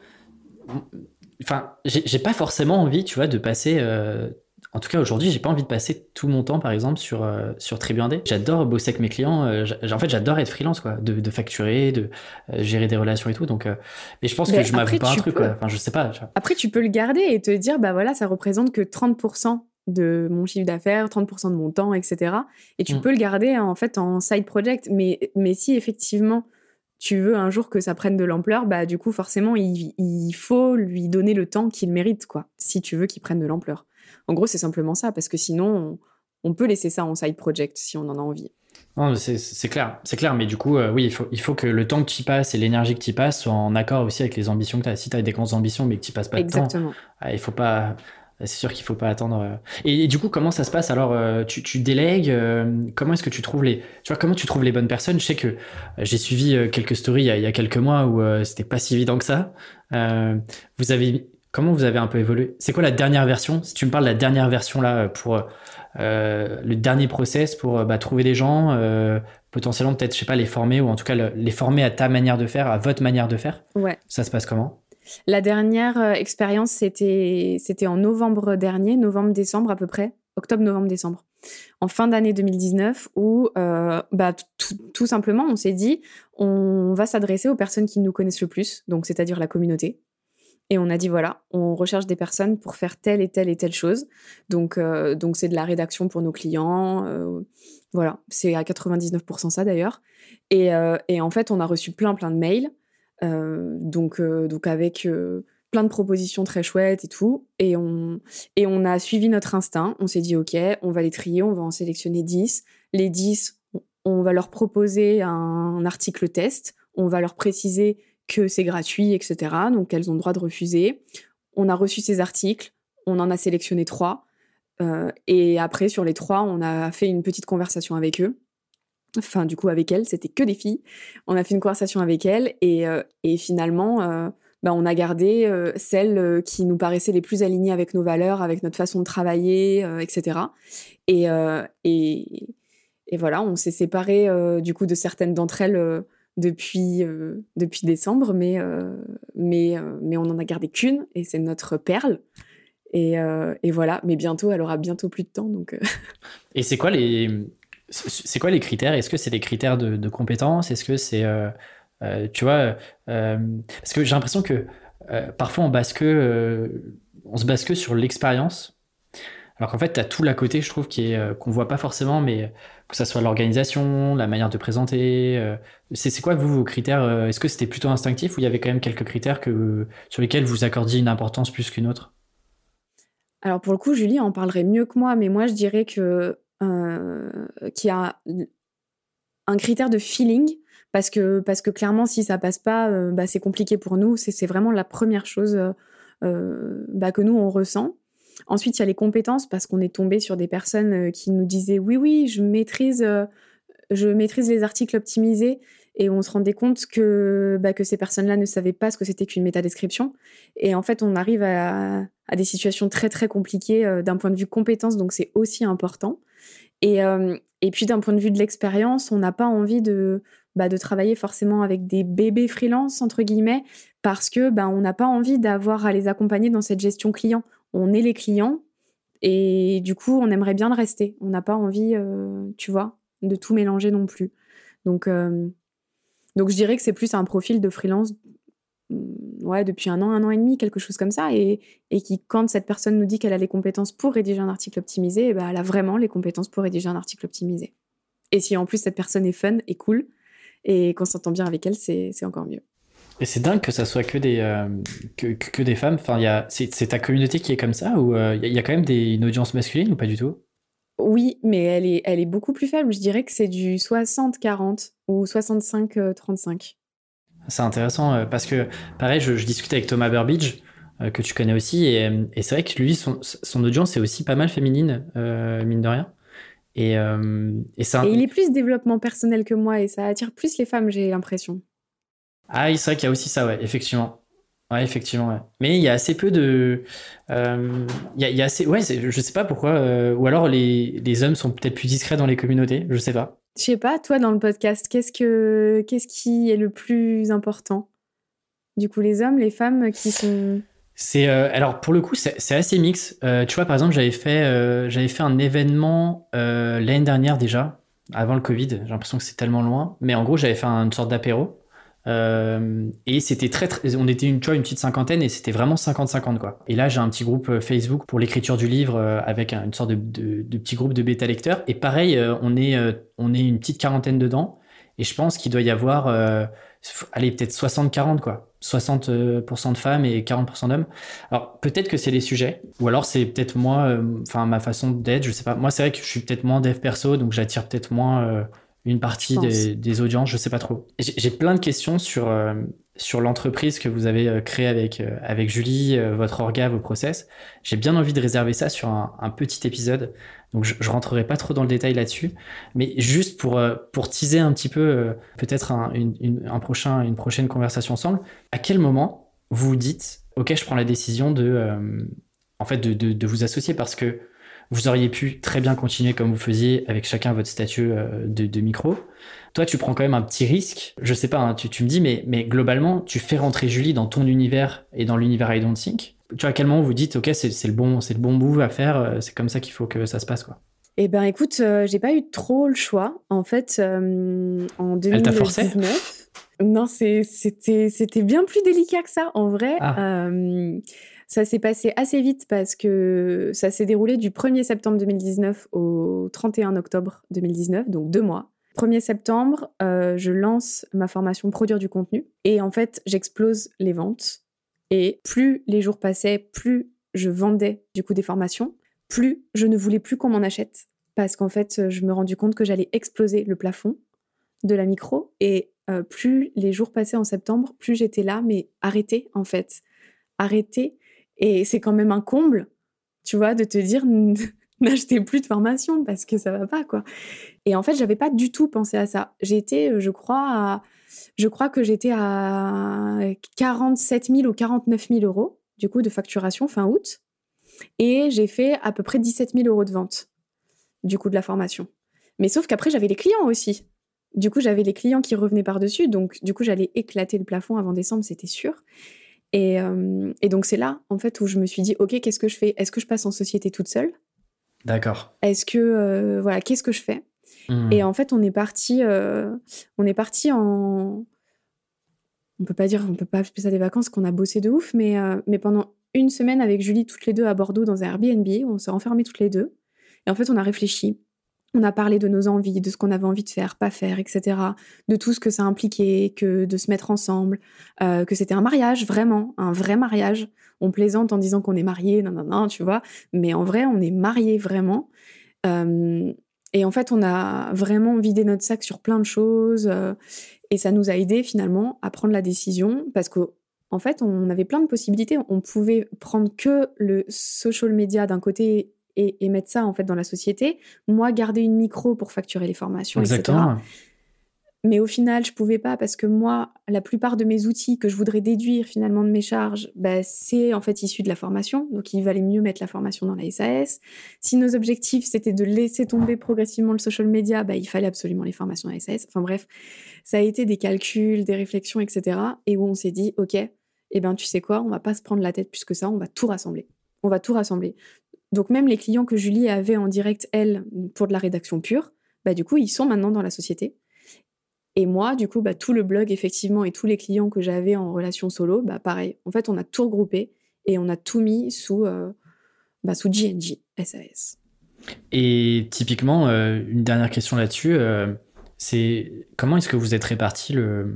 enfin, j'ai, j'ai pas forcément envie, tu vois, de passer. Euh... En tout cas, aujourd'hui, j'ai pas envie de passer tout mon temps, par exemple, sur, euh, sur Tribu Indé. J'adore bosser avec mes clients. Euh, en fait, j'adore être freelance, quoi, de, de facturer, de euh, gérer des relations et tout. Donc, euh... mais je pense mais que je m'avoue pas un truc, peux... quoi. Enfin, je sais pas. Tu vois. Après, tu peux le garder et te dire, bah voilà, ça représente que trente pour cent de mon chiffre d'affaires, trente pour cent de mon temps, et cetera. Et tu mmh. peux le garder en fait en side project. Mais, mais si effectivement tu veux un jour que ça prenne de l'ampleur, bah du coup forcément il, il faut lui donner le temps qu'il mérite, quoi, si tu veux qu'il prenne de l'ampleur. En gros c'est simplement ça, parce que sinon on, on peut laisser ça en side project si on en a envie. Non, c'est, c'est clair, c'est clair, mais du coup, euh, oui, il faut, il faut que le temps que tu y passes et l'énergie que tu y passes soient en accord aussi avec les ambitions que tu as. Si tu as des grandes ambitions mais que tu passes pas Exactement. de temps, euh, il faut pas, c'est sûr qu'il faut pas attendre. Euh... Et, et du coup, comment ça se passe alors euh, tu, tu délègues euh, Comment est-ce que tu trouves les, tu vois, comment tu trouves les bonnes personnes? Je sais que euh, j'ai suivi euh, quelques stories il y, a, il y a quelques mois où euh, c'était pas si évident que ça. Euh, vous avez, comment vous avez un peu évolué? C'est quoi la dernière version? Si tu me parles de la dernière version là pour euh, le dernier process pour bah, trouver des gens. Euh, potentiellement peut-être, je sais pas, les former ou en tout cas le, les former à ta manière de faire, à votre manière de faire. Ouais. Ça se passe comment? La dernière euh, expérience, c'était, c'était en novembre dernier, novembre-décembre à peu près, octobre-novembre-décembre, en fin d'année deux mille dix-neuf, où euh, bah, tout, tout simplement, on s'est dit, on va s'adresser aux personnes qui nous connaissent le plus, donc c'est-à-dire la communauté. Et on a dit, voilà, on recherche des personnes pour faire telle et telle et telle chose. Donc, euh, donc c'est de la rédaction pour nos clients. Euh, voilà, c'est à quatre-vingt-dix-neuf pour cent ça d'ailleurs. Et, euh, et en fait, on a reçu plein, plein de mails. Euh, donc, euh, donc avec euh, plein de propositions très chouettes et tout. Et on, et on a suivi notre instinct. On s'est dit, OK, on va les trier, on va en sélectionner dix. Les dix, on va leur proposer un, un article test. On va leur préciser que c'est gratuit, et cetera. Donc, elles ont le droit de refuser. On a reçu ces articles, on en a sélectionné trois. Euh, et après, sur les trois, on a fait une petite conversation avec eux. Enfin, du coup, avec elles, c'était que des filles. On a fait une conversation avec elles et, euh, et finalement, euh, bah, on a gardé euh, celles qui nous paraissaient les plus alignées avec nos valeurs, avec notre façon de travailler, euh, et cetera. Et, euh, et, et voilà, on s'est séparés euh, du coup de certaines d'entre elles euh, depuis, euh, depuis décembre, mais, euh, mais, euh, mais on n'en a gardé qu'une, et c'est notre perle. Et, euh, et voilà, mais bientôt, elle aura bientôt plus de temps. Donc, euh... Et c'est quoi les, c'est quoi les critères? Est-ce que c'est des critères de, de compétences? Est-ce que c'est, euh, euh, tu vois, euh, parce que j'ai l'impression que euh, parfois on base que, euh, on se base que sur l'expérience. Alors qu'en fait, tu as tout l'à côté, je trouve, qui est, euh, qu'on voit pas forcément, mais que ça soit l'organisation, la manière de présenter. Euh, c'est, c'est quoi, vous, vos critères? euh, Est-ce que c'était plutôt instinctif ou il y avait quand même quelques critères que, sur lesquels vous accordiez une importance plus qu'une autre? Alors, pour le coup, Julie en parlerait mieux que moi, mais moi, je dirais que, euh, qu'il y a un critère de feeling, parce que, parce que clairement, si ça passe pas, euh, bah, c'est compliqué pour nous. C'est, c'est vraiment la première chose euh, bah, que nous, on ressent. Ensuite, il y a les compétences, parce qu'on est tombé sur des personnes qui nous disaient « Oui, oui, je maîtrise, euh, je maîtrise les articles optimisés ». Et on se rendait compte que, bah, que ces personnes-là ne savaient pas ce que c'était qu'une métadescription. Et en fait, on arrive à, à des situations très, très compliquées euh, d'un point de vue compétence, donc c'est aussi important. Et, euh, et puis, d'un point de vue de l'expérience, on n'a pas envie de, bah, de travailler forcément avec des bébés freelance, entre guillemets, parce que bah, on n'a pas envie d'avoir à les accompagner dans cette gestion client. On est les clients et du coup, on aimerait bien le rester. On n'a pas envie, euh, tu vois, de tout mélanger non plus. Donc, euh, donc je dirais que c'est plus un profil de freelance ouais, depuis un an, un an et demi, quelque chose comme ça, et, et qui, quand cette personne nous dit qu'elle a les compétences pour rédiger un article optimisé, eh ben, elle a vraiment les compétences pour rédiger un article optimisé. Et si en plus cette personne est fun et cool, et qu'on s'entend bien avec elle, c'est, c'est encore mieux. Et c'est dingue que ça soit que des, euh, que, que, que des femmes. Enfin, y a, c'est, c'est ta communauté qui est comme ça ou il euh, y, y a quand même des, une audience masculine ou pas du tout? Oui, mais elle est, elle est beaucoup plus faible. Je dirais que c'est du soixante quarante ou soixante-cinq trente-cinq. C'est intéressant euh, parce que, pareil, je, je discute avec Thomas Burbidge, euh, que tu connais aussi, et, et c'est vrai que lui, son, son audience est aussi pas mal féminine, euh, mine de rien. Et, euh, et, c'est un... et il est plus développement personnel que moi, et ça attire plus les femmes, j'ai l'impression. Ah oui, c'est vrai qu'il y a aussi ça, ouais, effectivement. Ouais, effectivement, ouais. Mais il y a assez peu de... Euh, il, y a, il y a assez... Ouais, c'est, je sais pas pourquoi. Euh, ou alors les, les hommes sont peut-être plus discrets dans les communautés, je sais pas. Je sais pas, toi, dans le podcast, qu'est-ce, que, qu'est-ce qui est le plus important? Du coup, les hommes, les femmes qui sont... C'est, euh, alors, pour le coup, c'est, c'est assez mix. Euh, tu vois, par exemple, j'avais fait, euh, j'avais fait un événement euh, l'année dernière déjà, avant le Covid. J'ai l'impression que c'est tellement loin. Mais en gros, j'avais fait une sorte d'apéro. Euh, et c'était très, très, on était une, tu vois, une petite cinquantaine et c'était vraiment cinquante cinquante quoi. Et là j'ai un petit groupe Facebook pour l'écriture du livre euh, avec un, une sorte de, de, de petit groupe de bêta lecteurs et pareil euh, on est euh, on est une petite quarantaine dedans et je pense qu'il doit y avoir euh, allez, peut-être soixante quarante, quoi. soixante pour cent de femmes et quarante pour cent d'hommes. Alors, peut-être que c'est les sujets, ou alors c'est peut-être moi, enfin, euh, ma façon d'être, je sais pas. Moi, c'est vrai que je suis peut-être moins dev perso, donc j'attire peut-être moins euh, une partie des, des audiences, je sais pas trop. J'ai, j'ai plein de questions sur, euh, sur l'entreprise que vous avez créée avec, euh, avec Julie, euh, votre orga, vos process. J'ai bien envie de réserver ça sur un, un petit épisode. Donc, je, je rentrerai pas trop dans le détail là-dessus, mais juste pour, euh, pour teaser un petit peu, euh, peut-être un, une, une, un prochain, une prochaine conversation ensemble. À quel moment vous vous dites, OK, je prends la décision de, euh, en fait, de, de, de vous associer, parce que vous auriez pu très bien continuer comme vous faisiez avec chacun votre statut euh, de, de micro. Toi, tu prends quand même un petit risque. Je sais pas, hein, tu, tu me dis, mais, mais globalement, tu fais rentrer Julie dans ton univers et dans l'univers I Don't Think. Tu vois, à quel moment vous dites, OK, c'est, c'est, le bon, c'est le bon move à faire, c'est comme ça qu'il faut que ça se passe, quoi. Eh ben, écoute, euh, j'ai pas eu trop le choix. En fait, euh, en deux mille dix-neuf... Elle t'a forcé ? Non, c'est, c'était, c'était bien plus délicat que ça. En vrai, ah. euh, ça s'est passé assez vite parce que ça s'est déroulé du premier septembre deux mille dix-neuf au trente et un octobre deux mille dix-neuf, donc deux mois. premier septembre, euh, je lance ma formation Produire du contenu. Et en fait, j'explose les ventes. Et plus les jours passaient, plus je vendais du coup des formations, plus je ne voulais plus qu'on m'en achète. Parce qu'en fait, je me rendais compte que j'allais exploser le plafond de la micro. Et euh, plus les jours passaient en septembre, plus j'étais là, mais arrêtez en fait. Arrêtez. Et c'est quand même un comble, tu vois, de te dire n'achetez plus de formation parce que ça va pas, quoi. Et en fait, j'avais pas du tout pensé à ça. J'étais, je crois, à, je crois que j'étais à quarante-sept mille ou quarante-neuf mille euros, du coup, de facturation fin août. Et j'ai fait à peu près dix-sept mille euros de vente, du coup, de la formation. Mais sauf qu'après, j'avais les clients aussi. Du coup, j'avais les clients qui revenaient par-dessus. Donc, du coup, j'allais éclater le plafond avant décembre, c'était sûr. Et, euh, et donc, c'est là, en fait, où je me suis dit, OK, qu'est-ce que je fais ? Est-ce que je passe en société toute seule ? D'accord. Est-ce que, euh, voilà, qu'est-ce que je fais ? Mmh. Et en fait, on est parti, euh, on est parti en... On peut pas dire, on peut pas appeler ça des vacances, qu'on a bossé de ouf, mais, euh, mais pendant une semaine avec Julie, toutes les deux à Bordeaux, dans un Airbnb, on s'est enfermés toutes les deux. Et en fait, on a réfléchi. On a parlé de nos envies, de ce qu'on avait envie de faire, pas faire, et cetera. De tout ce que ça impliquait, que de se mettre ensemble, euh, que c'était un mariage, vraiment, un vrai mariage. On plaisante en disant qu'on est mariés, non, non, non, tu vois. Mais en vrai, on est mariés, vraiment. Euh, et en fait, on a vraiment vidé notre sac sur plein de choses. Euh, et ça nous a aidés, finalement, à prendre la décision. Parce qu'en fait, on avait plein de possibilités. On pouvait prendre que le social media d'un côté... Et, et mettre ça en fait dans la société, moi garder une micro pour facturer les formations, exactement, et cetera. Mais au final, je pouvais pas parce que moi, la plupart de mes outils que je voudrais déduire finalement de mes charges, bah, c'est en fait issu de la formation. Donc, il valait mieux mettre la formation dans la S A S. Si nos objectifs, c'était de laisser tomber progressivement le social media, bah, il fallait absolument les formations dans la S A S. Enfin bref, ça a été des calculs, des réflexions, et cetera. Et où on s'est dit, OK, eh ben, tu sais quoi, on va pas se prendre la tête plus que ça, on va tout rassembler. On va tout rassembler. Donc, même les clients que Julie avait en direct, elle, pour de la rédaction pure, bah, du coup, ils sont maintenant dans la société. Et moi, du coup, bah, tout le blog, effectivement, et tous les clients que j'avais en relation solo, bah, pareil. En fait, on a tout regroupé et on a tout mis sous, euh, bah, sous G N J, S A S. Et typiquement, euh, une dernière question là-dessus, euh, c'est comment est-ce que vous êtes répartis le...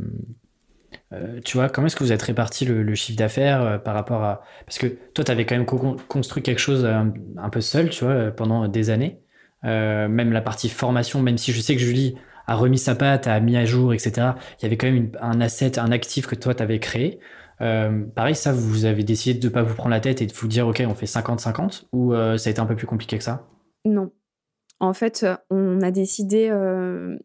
Euh, tu vois, comment est-ce que vous êtes réparti le, le chiffre d'affaires euh, par rapport à... Parce que toi, tu avais quand même co- construit quelque chose un, un peu seul, tu vois, pendant des années. Euh, même la partie formation, même si je sais que Julie a remis sa patte, a mis à jour, et cetera. Il y avait quand même une, un asset, un actif que toi, tu avais créé. Euh, pareil, ça, vous avez décidé de ne pas vous prendre la tête et de vous dire, OK, on fait cinquante cinquante, ou euh, ça a été un peu plus compliqué que ça ? Non. En fait, on a décidé... Euh...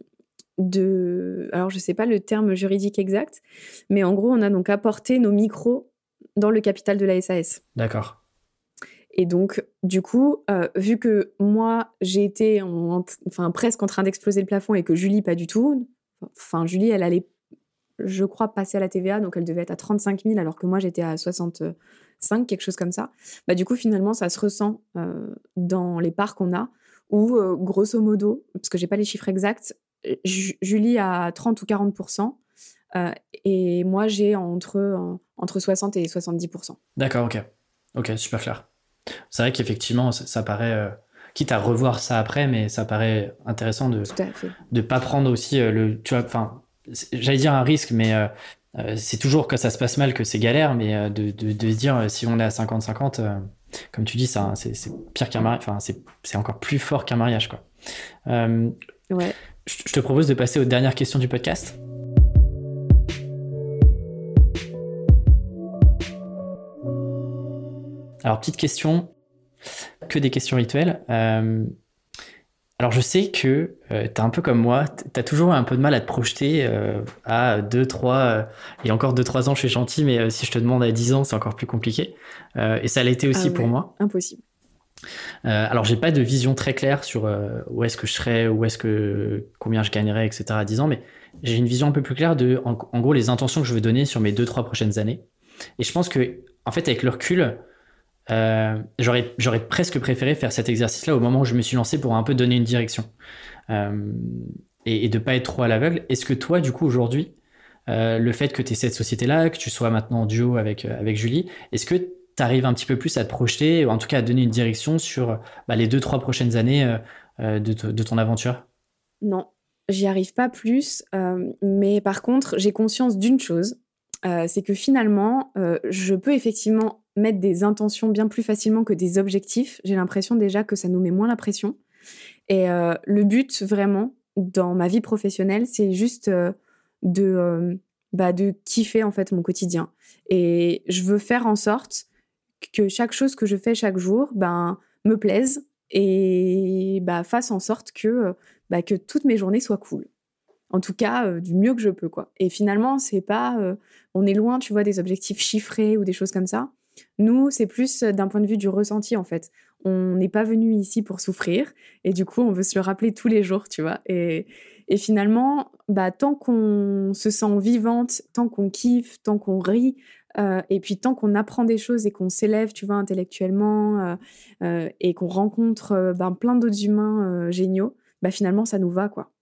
de... Alors, je ne sais pas le terme juridique exact, mais en gros, on a donc apporté nos micros dans le capital de la S A S. D'accord. Et donc, du coup, euh, vu que moi, j'ai été en, enfin, presque en train d'exploser le plafond et que Julie, pas du tout, enfin, Julie, elle allait, je crois, passer à la T V A, donc elle devait être à trente-cinq mille, alors que moi, j'étais à soixante-cinq, quelque chose comme ça. Bah, du coup, finalement, ça se ressent euh, dans les parts qu'on a, où, euh, grosso modo, parce que j'ai pas les chiffres exacts, Julie a trente ou quarante pour cent euh, et moi j'ai entre, euh, entre soixante et soixante-dix pour cent. D'accord, ok. Ok, super clair. C'est vrai qu'effectivement, ça, ça paraît, euh, quitte à revoir ça après, mais ça paraît intéressant de ne pas prendre aussi euh, le... Tu vois, enfin, j'allais dire un risque, mais euh, euh, c'est toujours quand ça se passe mal que c'est galère, mais euh, de, de, de se dire euh, si on est à cinquante cinquante, euh, comme tu dis, ça, c'est, c'est pire qu'un mariage, enfin, c'est, c'est encore plus fort qu'un mariage, quoi. Euh, Ouais. je, je te propose de passer aux dernières questions du podcast. Alors, petite question, que des questions rituelles. Euh, alors, je sais que euh, tu es un peu comme moi, tu as toujours un peu de mal à te projeter euh, à deux, trois, euh, et encore deux, trois ans, je suis gentil, mais euh, si je te demande à dix ans, c'est encore plus compliqué. Euh, et ça l'a été aussi Ah ouais, pour moi. impossible. Euh, alors, j'ai pas de vision très claire sur euh, où est-ce que je serais, où est-ce que, combien je gagnerais, et cetera à dix ans, mais j'ai une vision un peu plus claire de, en, en gros, les intentions que je veux donner sur mes deux, trois prochaines années. Et je pense que, en fait, avec le recul, Euh, j'aurais, j'aurais presque préféré faire cet exercice-là au moment où je me suis lancé pour un peu donner une direction euh, et, et de pas être trop à l'aveugle. Est-ce que toi, du coup, aujourd'hui, euh, le fait que tu aies cette société-là, que tu sois maintenant en duo avec, euh, avec Julie, est-ce que tu arrives un petit peu plus à te projeter, ou en tout cas à donner une direction sur bah, les deux, trois prochaines années euh, euh, de, t- de ton aventure? Non, j'y arrive pas plus. Euh, mais par contre, j'ai conscience d'une chose, euh, c'est que finalement, euh, je peux effectivement mettre des intentions bien plus facilement que des objectifs. J'ai l'impression déjà que ça nous met moins la pression. Et euh, le but, vraiment, dans ma vie professionnelle, c'est juste euh, de, euh, bah, de kiffer, en fait, mon quotidien. Et je veux faire en sorte que chaque chose que je fais chaque jour, ben, me plaise et bah, fasse en sorte que, euh, bah, que toutes mes journées soient cool. En tout cas, euh, du mieux que je peux, quoi. Et finalement, c'est pas, euh, on est loin, tu vois, des objectifs chiffrés ou des choses comme ça. Nous, c'est plus euh, d'un point de vue du ressenti, en fait. On n'est pas venu ici pour souffrir, et du coup, on veut se le rappeler tous les jours, tu vois. Et, et finalement, bah, tant qu'on se sent vivante, tant qu'on kiffe, tant qu'on rit, euh, et puis tant qu'on apprend des choses et qu'on s'élève, tu vois, intellectuellement, euh, euh, et qu'on rencontre euh, ben, plein d'autres humains euh, géniaux, bah, finalement, ça nous va, quoi.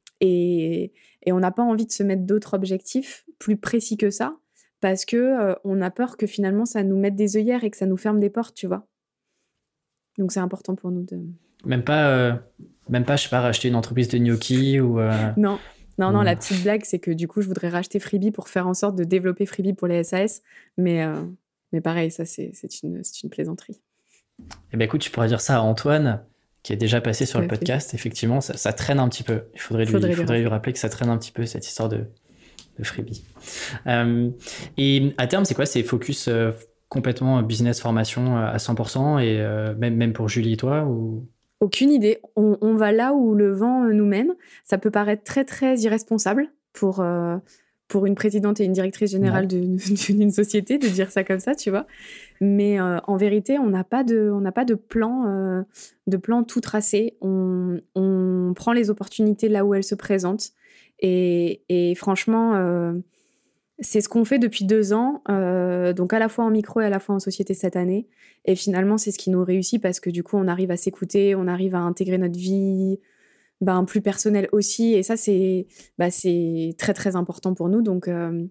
Et, et on n'a pas envie de se mettre d'autres objectifs plus précis que ça, parce que euh, on a peur que finalement ça nous mette des œillères et que ça nous ferme des portes, tu vois. Donc c'est important pour nous de... Même pas, euh, même pas, je sais pas, racheter une entreprise de gnocchi ou... euh, Non, non, non, ou... la petite blague, c'est que du coup, je voudrais racheter Freebie pour faire en sorte de développer Freebie pour les S A S, mais, euh, mais pareil, ça, c'est, c'est, une, c'est une plaisanterie. Eh ben écoute, tu pourrais dire ça à Antoine, qui est déjà passé sur Tout le à fait. podcast. Effectivement, ça, ça traîne un petit peu. Il faudrait, lui, Faudrait il lui faudrait lui rappeler. rappeler que ça traîne un petit peu, cette histoire de, de freebie. Euh, et à terme, c'est quoi? C'est focus euh, complètement business formation euh, à cent pour cent et euh, même, même pour Julie et toi ou... Aucune idée. On, on va là où le vent euh, nous mène. Ça peut paraître très, très irresponsable pour, euh, pour une présidente et une directrice générale Non. d'une, d'une société de dire ça comme ça, tu vois. Mais euh, en vérité, on n'a pas de, on n'a pas de plan, euh, de plan tout tracé. On, on prend les opportunités là où elles se présentent. Et, et franchement, euh, c'est ce qu'on fait depuis deux ans, euh, donc à la fois en micro et à la fois en société cette année. Et finalement, c'est ce qui nous réussit parce que du coup, on arrive à s'écouter, on arrive à intégrer notre vie ben, plus personnelle aussi. Et ça, c'est, bah, c'est très, très important pour nous. Donc, euh,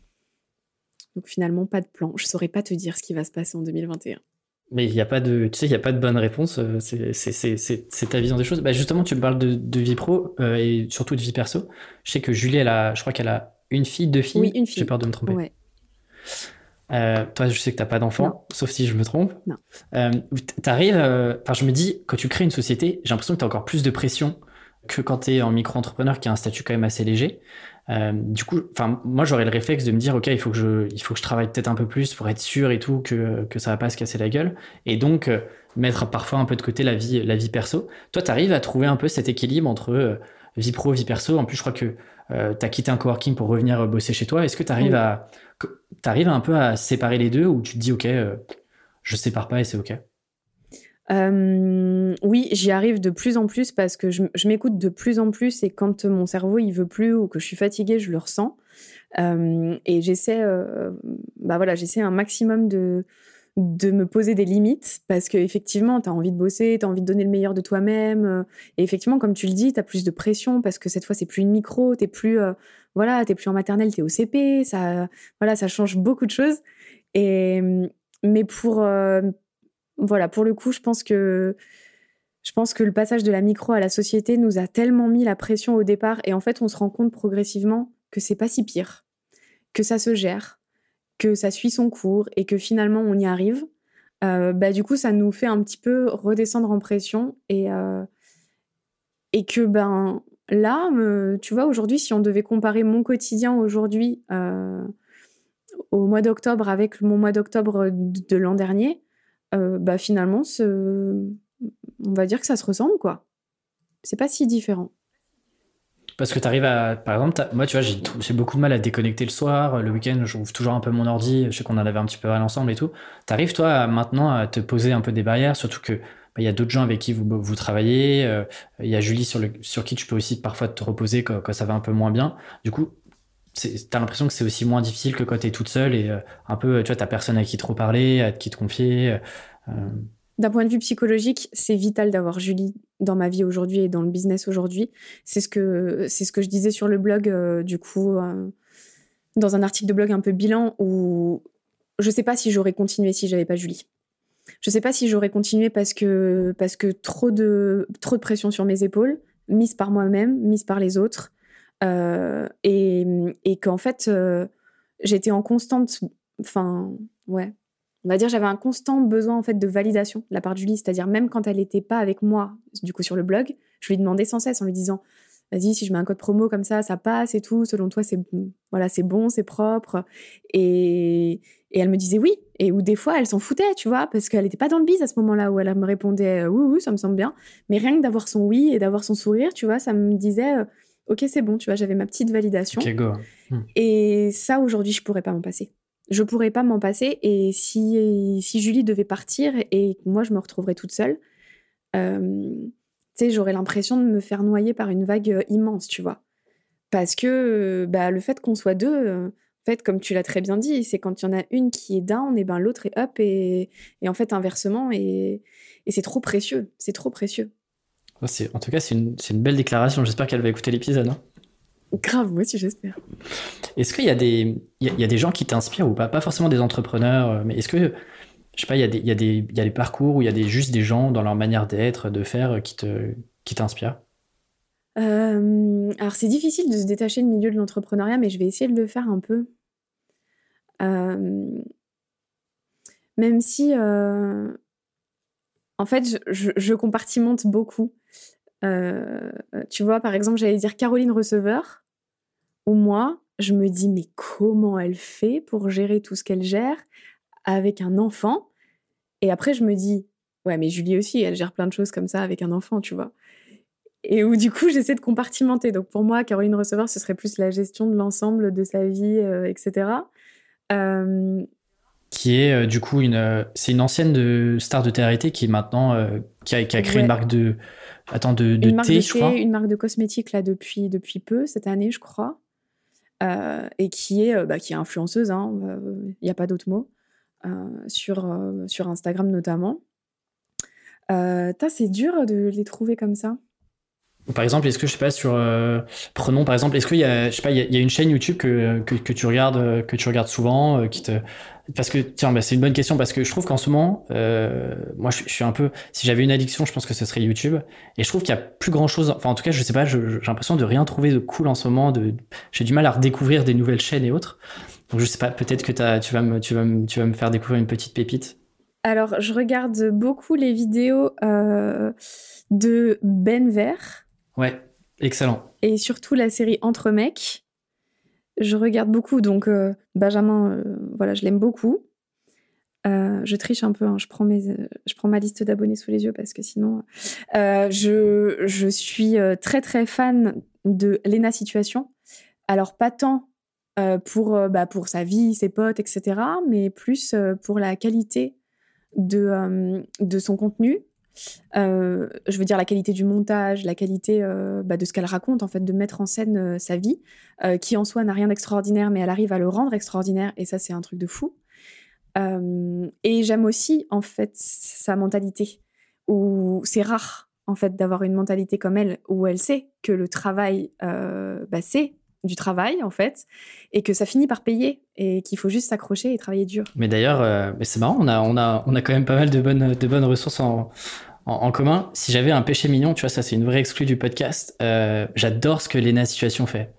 donc finalement, pas de plan. Je saurais pas te dire ce qui va se passer en deux mille vingt et un. Mais il n'y a pas de, tu sais, il n'y a pas de bonne réponse. euh, C'est, c'est, c'est, c'est, c'est ta vision des choses. Bah, justement, tu me parles de, de vie pro euh, et surtout de vie perso. Je sais que Julie, elle a, je crois qu'elle a une fille, deux filles. Oui, une J'ai fille. peur de me tromper. Ouais. Euh, toi, je sais que t'as pas Non. d'enfant, sauf si je me trompe. Non. Euh, t'arrives, euh, enfin, je me dis, quand tu crées une société, j'ai l'impression que t'as encore plus de pression que quand t'es en micro-entrepreneur, qui a un statut quand même assez léger. Euh, du coup, enfin, moi, j'aurais le réflexe de me dire, ok, il faut que je, il faut que je travaille peut-être un peu plus pour être sûr et tout que que ça va pas se casser la gueule, et donc euh, mettre parfois un peu de côté la vie, la vie perso. Toi, t'arrives à trouver un peu cet équilibre entre euh, vie pro, vie perso. En plus, je crois que euh, t'as quitté un coworking pour revenir bosser chez toi. Est-ce que t'arrives Oui. à T'arrives un peu à séparer les deux ou tu te dis ok, euh, je sépare pas et c'est ok? Euh, oui, j'y arrive de plus en plus parce que je, je m'écoute de plus en plus et quand mon cerveau il veut plus ou que je suis fatiguée, je le ressens. Euh, et j'essaie, euh, bah voilà, j'essaie un maximum de, de me poser des limites parce qu'effectivement, tu as envie de bosser, tu as envie de donner le meilleur de toi-même. euh, Et effectivement, comme tu le dis, tu as plus de pression parce que cette fois, c'est plus une micro, tu plus, euh, voilà, t'es plus en maternelle, tu es au C P, ça, voilà, ça change beaucoup de choses. Et, mais pour, euh, voilà, pour le coup, je pense que je pense que le passage de la micro à la société nous a tellement mis la pression au départ et en fait, on se rend compte progressivement que c'est pas si pire, que ça se gère, que ça suit son cours et que finalement on y arrive, euh, bah, du coup, ça nous fait un petit peu redescendre en pression et, euh, et que ben, là, euh, tu vois, aujourd'hui, si on devait comparer mon quotidien aujourd'hui euh, au mois d'octobre avec mon mois d'octobre de, de l'an dernier, euh, bah, finalement, ce... on va dire que ça se ressemble, quoi. C'est pas si différent. Parce que tu arrives à... Par exemple, t'as- moi, tu vois, j'ai, j'ai beaucoup de mal à déconnecter le soir. Le week-end, j'ouvre toujours un peu mon ordi. Je sais qu'on en avait un petit peu à l'ensemble et tout. Tu arrives, toi, à- maintenant, à te poser un peu des barrières, surtout que bah, il y a d'autres gens avec qui vous, vous travaillez. euh, Il y a Julie sur, le, sur qui tu peux aussi parfois te reposer quand, quand ça va un peu moins bien. Du coup, c'est, t'as l'impression que c'est aussi moins difficile que quand t'es toute seule et euh, un peu, tu vois, t'as personne à qui trop parler, à qui te confier. euh, D'un point de vue psychologique, c'est vital d'avoir Julie dans ma vie aujourd'hui et dans le business aujourd'hui. C'est ce que, c'est ce que je disais sur le blog, euh, du coup, euh, dans un article de blog un peu bilan, où je sais pas si j'aurais continué si j'avais pas Julie. Je sais pas si j'aurais continué parce que, parce que trop de, trop de pression sur mes épaules, mise par moi-même, mise par les autres, euh, et, et qu'en fait, euh, j'étais en constante, enfin, ouais, on va dire j'avais un constant besoin en fait de validation de la part de Julie, c'est-à-dire même quand elle n'était pas avec moi, du coup sur le blog, je lui demandais sans cesse en lui disant vas-y, si je mets un code promo comme ça, ça passe et tout, selon toi c'est voilà, c'est bon, c'est propre, et, et elle me disait oui, et ou des fois elle s'en foutait, tu vois, parce qu'elle n'était pas dans le biz à ce moment-là, où elle me répondait oui oui, ça me semble bien, mais rien que d'avoir son oui et d'avoir son sourire, tu vois, ça me disait euh, ok, c'est bon, tu vois, j'avais ma petite validation. Ok, go. Hmm. Et ça, aujourd'hui, je pourrais pas m'en passer. Je pourrais pas m'en passer. Et si, si Julie devait partir et que moi, je me retrouverais toute seule, euh, tu sais, j'aurais l'impression de me faire noyer par une vague immense, tu vois. Parce que bah, le fait qu'on soit deux, euh, en fait, comme tu l'as très bien dit, c'est quand il y en a une qui est down, et ben l'autre est up, et, et en fait, inversement. Et, et c'est trop précieux. C'est trop précieux. C'est, en tout cas, c'est une, c'est une belle déclaration. J'espère qu'elle va écouter l'épisode. Hein. Grave, moi aussi, j'espère. Est-ce qu'il y a des, il y a, il y a des gens qui t'inspirent ou pas? Pas forcément des entrepreneurs, mais est-ce que, je sais pas, il y a des, il y a des, il y a des parcours où il y a des, juste des gens dans leur manière d'être, de faire, qui te, qui t'inspirent? Euh, alors, c'est difficile de se détacher du milieu de l'entrepreneuriat, mais je vais essayer de le faire un peu. Euh, même si, euh, en fait, je, je, je compartimente beaucoup. Euh, tu vois, par exemple, j'allais dire Caroline Receveur, ou moi, je me dis, mais comment elle fait pour gérer tout ce qu'elle gère avec un enfant? Et après, je me dis, ouais, mais Julie aussi, elle gère plein de choses comme ça avec un enfant, tu vois. Et où du coup, j'essaie de compartimenter. Donc pour moi, Caroline Receveur, ce serait plus la gestion de l'ensemble de sa vie, euh, et cetera. Euh... Qui est euh, du coup une, euh, c'est une ancienne de star de T R T qui est maintenant, euh, qui, a, qui a créé ouais. une marque de, attends, de, de une marque thé, de je thé, crois. Une marque de cosmétiques là depuis depuis peu cette année, je crois, euh, et qui est, euh, bah, qui est influenceuse. Il hein, n'y euh, a pas d'autre mot euh, sur euh, sur Instagram notamment. Euh, c'est dur de les trouver comme ça. Par exemple, est-ce que, je sais pas, sur... Euh, prenons, par exemple, est-ce qu'il y a, je sais pas, il y a, il y a une chaîne YouTube que, que, que tu regardes, que tu regardes souvent, euh, qui te... Parce que, tiens, bah, c'est une bonne question, parce que je trouve qu'en ce moment, euh, moi, je, je suis un peu... Si j'avais une addiction, je pense que ce serait YouTube. Et je trouve qu'il y a plus grand-chose... Enfin, en tout cas, je sais pas, je, j'ai l'impression de rien trouver de cool en ce moment. De, j'ai du mal à redécouvrir des nouvelles chaînes et autres. Donc, je sais pas, peut-être que t'as, tu, vas me, tu, vas me, tu vas me faire découvrir une petite pépite. Alors, je regarde beaucoup les vidéos euh, de Ben Vert. Ouais, excellent. Et surtout la série Entre mecs. Je regarde beaucoup, donc euh, Benjamin, euh, voilà, je l'aime beaucoup. Euh, je triche un peu, hein, je, prends mes, euh, je prends ma liste d'abonnés sous les yeux parce que sinon... Euh, je, je suis très très fan de Lena Situation. Alors pas tant euh, pour, euh, bah, pour sa vie, ses potes, et cetera, mais plus euh, pour la qualité de, euh, de son contenu. Euh, je veux dire la qualité du montage, la qualité euh, bah, de ce qu'elle raconte, en fait, de mettre en scène euh, sa vie, euh, qui en soi n'a rien d'extraordinaire, mais elle arrive à le rendre extraordinaire, et ça, c'est un truc de fou. Euh, et j'aime aussi, en fait, sa mentalité, où c'est rare, en fait, d'avoir une mentalité comme elle, où elle sait que le travail, euh, bah, c'est du travail, en fait, et que ça finit par payer, et qu'il faut juste s'accrocher et travailler dur. Mais d'ailleurs, euh, mais c'est marrant, on a, on, a, on a quand même pas mal de bonnes, de bonnes ressources en, en, en commun. Si j'avais un péché mignon, tu vois, ça c'est une vraie exclue du podcast, euh, j'adore ce que Lena Situation fait.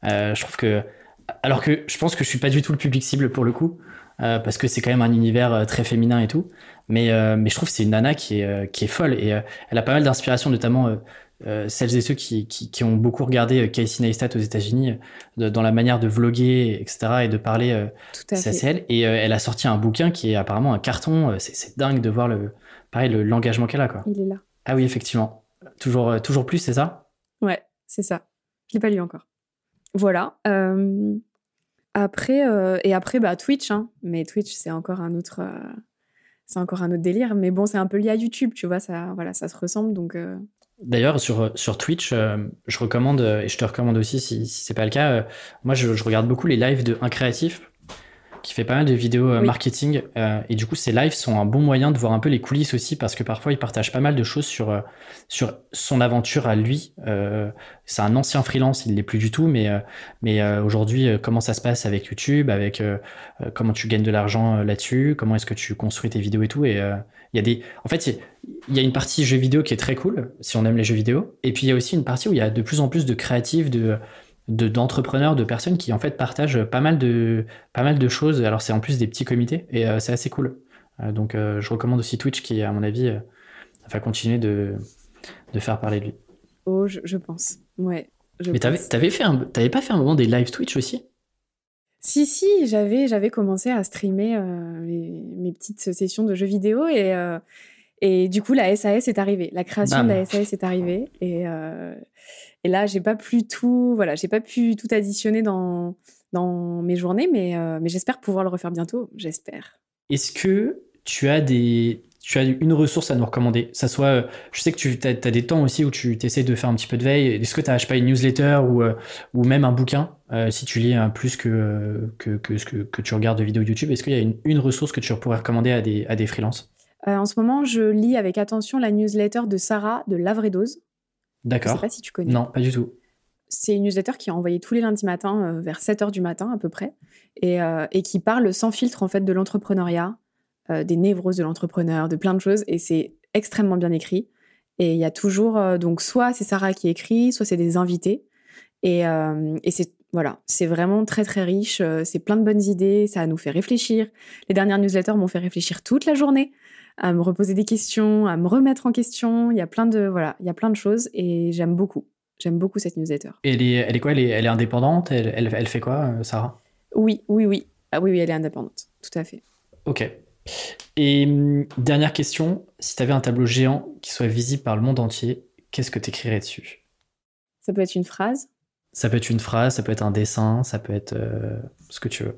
Euh, je trouve que, alors que je pense que je suis pas du tout le public cible pour le coup, euh, parce que c'est quand même un univers euh, très féminin et tout. Mais, euh, mais je trouve que c'est une nana qui est, euh, qui est folle et euh, elle a pas mal d'inspiration, notamment euh, euh, celles et ceux qui, qui, qui ont beaucoup regardé euh, Casey Neistat aux États-Unis euh, de- dans la manière de vloguer, et cetera, et de parler. Euh, Tout à c'est assez fait. elle. Et euh, elle a sorti un bouquin qui est apparemment un carton. Euh, C'est, c'est dingue de voir le, pareil, le, l'engagement qu'elle a, quoi. Il est là. Ah oui, effectivement. Toujours, euh, toujours plus, c'est ça? Ouais, c'est ça. Je l'ai pas lu encore. Voilà. Euh, après, euh, et après, bah, Twitch, hein. Mais Twitch, c'est encore un autre, euh, c'est encore un autre délire. Mais bon, c'est un peu lié à YouTube, tu vois, ça, voilà, ça se ressemble, donc. euh, D'ailleurs, sur, sur Twitch, euh, je recommande, euh, et je te recommande aussi si, si c'est pas le cas, euh, moi je, je regarde beaucoup les lives de Un Créatif, qui fait pas mal de vidéos euh, Oui. marketing, euh, et du coup ces lives sont un bon moyen de voir un peu les coulisses aussi, parce que parfois il partage pas mal de choses sur, euh, sur son aventure à lui. Euh, c'est un ancien freelance, il l'est plus du tout, mais, euh, mais euh, aujourd'hui, euh, comment ça se passe avec YouTube, avec euh, euh, comment tu gagnes de l'argent euh, là-dessus, comment est-ce que tu construis tes vidéos et tout, et euh, il y a des... En fait, il il y a une partie jeux vidéo qui est très cool, si on aime les jeux vidéo, et puis il y a aussi une partie où il y a de plus en plus de créatifs, de, de, d'entrepreneurs, de personnes qui en fait partagent pas mal de, pas mal de choses. Alors c'est en plus des petits comités, et euh, c'est assez cool. Euh, donc euh, je recommande aussi Twitch qui, à mon avis, euh, va continuer de, de faire parler de lui. Oh, je, je pense. Ouais, je Mais t'avais, pense. t'avais, fait un, t'avais pas fait un moment des live Twitch aussi? Si, si, j'avais, j'avais commencé à streamer euh, mes, mes petites sessions de jeux vidéo et, euh, et du coup, la S A S est arrivée. La création de la Bam. S A S est arrivée et, euh, et là, j'ai pas pu tout, voilà, j'ai pas pu tout additionner dans, dans mes journées, mais, euh, mais j'espère pouvoir le refaire bientôt. J'espère. Est-ce que tu as des tu as une ressource à nous recommander? Ça soit, euh, je sais que tu as, des temps aussi où tu essaies de faire un petit peu de veille. Est-ce que tu as, je sais pas, une newsletter ou, euh, ou même un bouquin, euh, si tu lis hein, plus que, euh, que, que ce que, que tu regardes de vidéos YouTube? Est-ce qu'il y a une, une ressource que tu pourrais recommander à des, à des freelances? Euh, en ce moment, je lis avec attention la newsletter de Sarah de La Vraie Dose. Je sais pas D'accord. si tu connais. Non, pas du tout. C'est une newsletter qui est envoyée tous les lundis matins euh, vers sept heures du matin à peu près et, euh, et qui parle sans filtre en fait de l'entrepreneuriat, euh, des névroses de l'entrepreneur, de plein de choses et c'est extrêmement bien écrit. Et il y a toujours euh, donc soit c'est Sarah qui écrit, soit c'est des invités et, euh, et c'est voilà, c'est vraiment très très riche, euh, c'est plein de bonnes idées, ça nous fait réfléchir. Les dernières newsletters m'ont fait réfléchir toute la journée, à me reposer des questions, à me remettre en question. Il y a plein de voilà, il y a plein de choses et j'aime beaucoup. J'aime beaucoup cette newsletter. Et elle est, elle est quoi? Elle est, elle est indépendante? Elle, elle, elle fait quoi, euh, Sarah? Oui, oui, oui. Ah oui, oui, elle est indépendante. Tout à fait. Ok. Et hum, dernière question, si tu avais un tableau géant qui soit visible par le monde entier, qu'est-ce que tu écrirais dessus? Ça peut être une phrase. Ça peut être une phrase, ça peut être un dessin, ça peut être euh, ce que tu veux.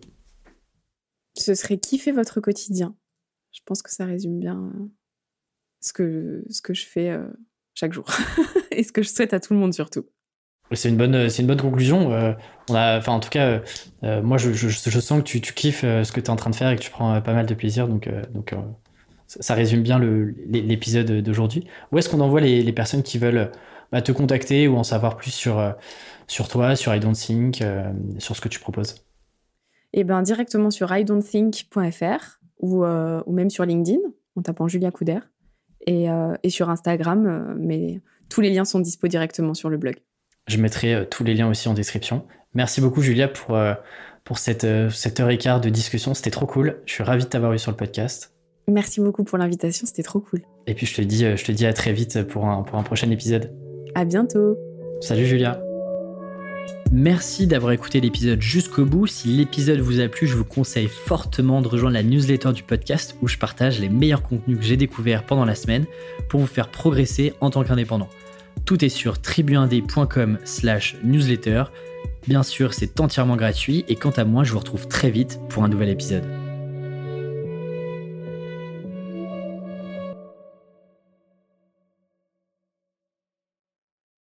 Ce serait kiffer votre quotidien. Je pense que ça résume bien euh, ce, que, ce que je fais euh, chaque jour. Et ce que je souhaite à tout le monde surtout. C'est une bonne, c'est une bonne conclusion. Euh, on a, enfin, en tout cas, euh, moi, je, je, je sens que tu, tu kiffes euh, ce que tu es en train de faire et que tu prends euh, pas mal de plaisir. Donc, euh, donc euh, ça, ça résume bien le, l'épisode d'aujourd'hui. Où est-ce qu'on envoie les, les personnes qui veulent bah, te contacter ou en savoir plus sur, euh, sur toi, sur I Don't Think, euh, sur ce que tu proposes? Et bien, directement sur i don't think point f r ou, euh, ou même sur LinkedIn, en tapant Julia Couder. Et, euh, et sur Instagram, euh, mais tous les liens sont dispo directement sur le blog. Je mettrai euh, tous les liens aussi en description. Merci beaucoup, Julia, pour, euh, pour cette, euh, cette heure et quart de discussion. C'était trop cool. Je suis ravi de t'avoir eu sur le podcast. Merci beaucoup pour l'invitation, c'était trop cool. Et puis, je te dis, je te dis à très vite pour un, pour un prochain épisode. À bientôt. Salut, Julia. Merci d'avoir écouté l'épisode jusqu'au bout. Si l'épisode vous a plu, je vous conseille fortement de rejoindre la newsletter du podcast où je partage les meilleurs contenus que j'ai découverts pendant la semaine pour vous faire progresser en tant qu'indépendant. Tout est sur tribuindé point com slash newsletter. Bien sûr, c'est entièrement gratuit et quant à moi, je vous retrouve très vite pour un nouvel épisode.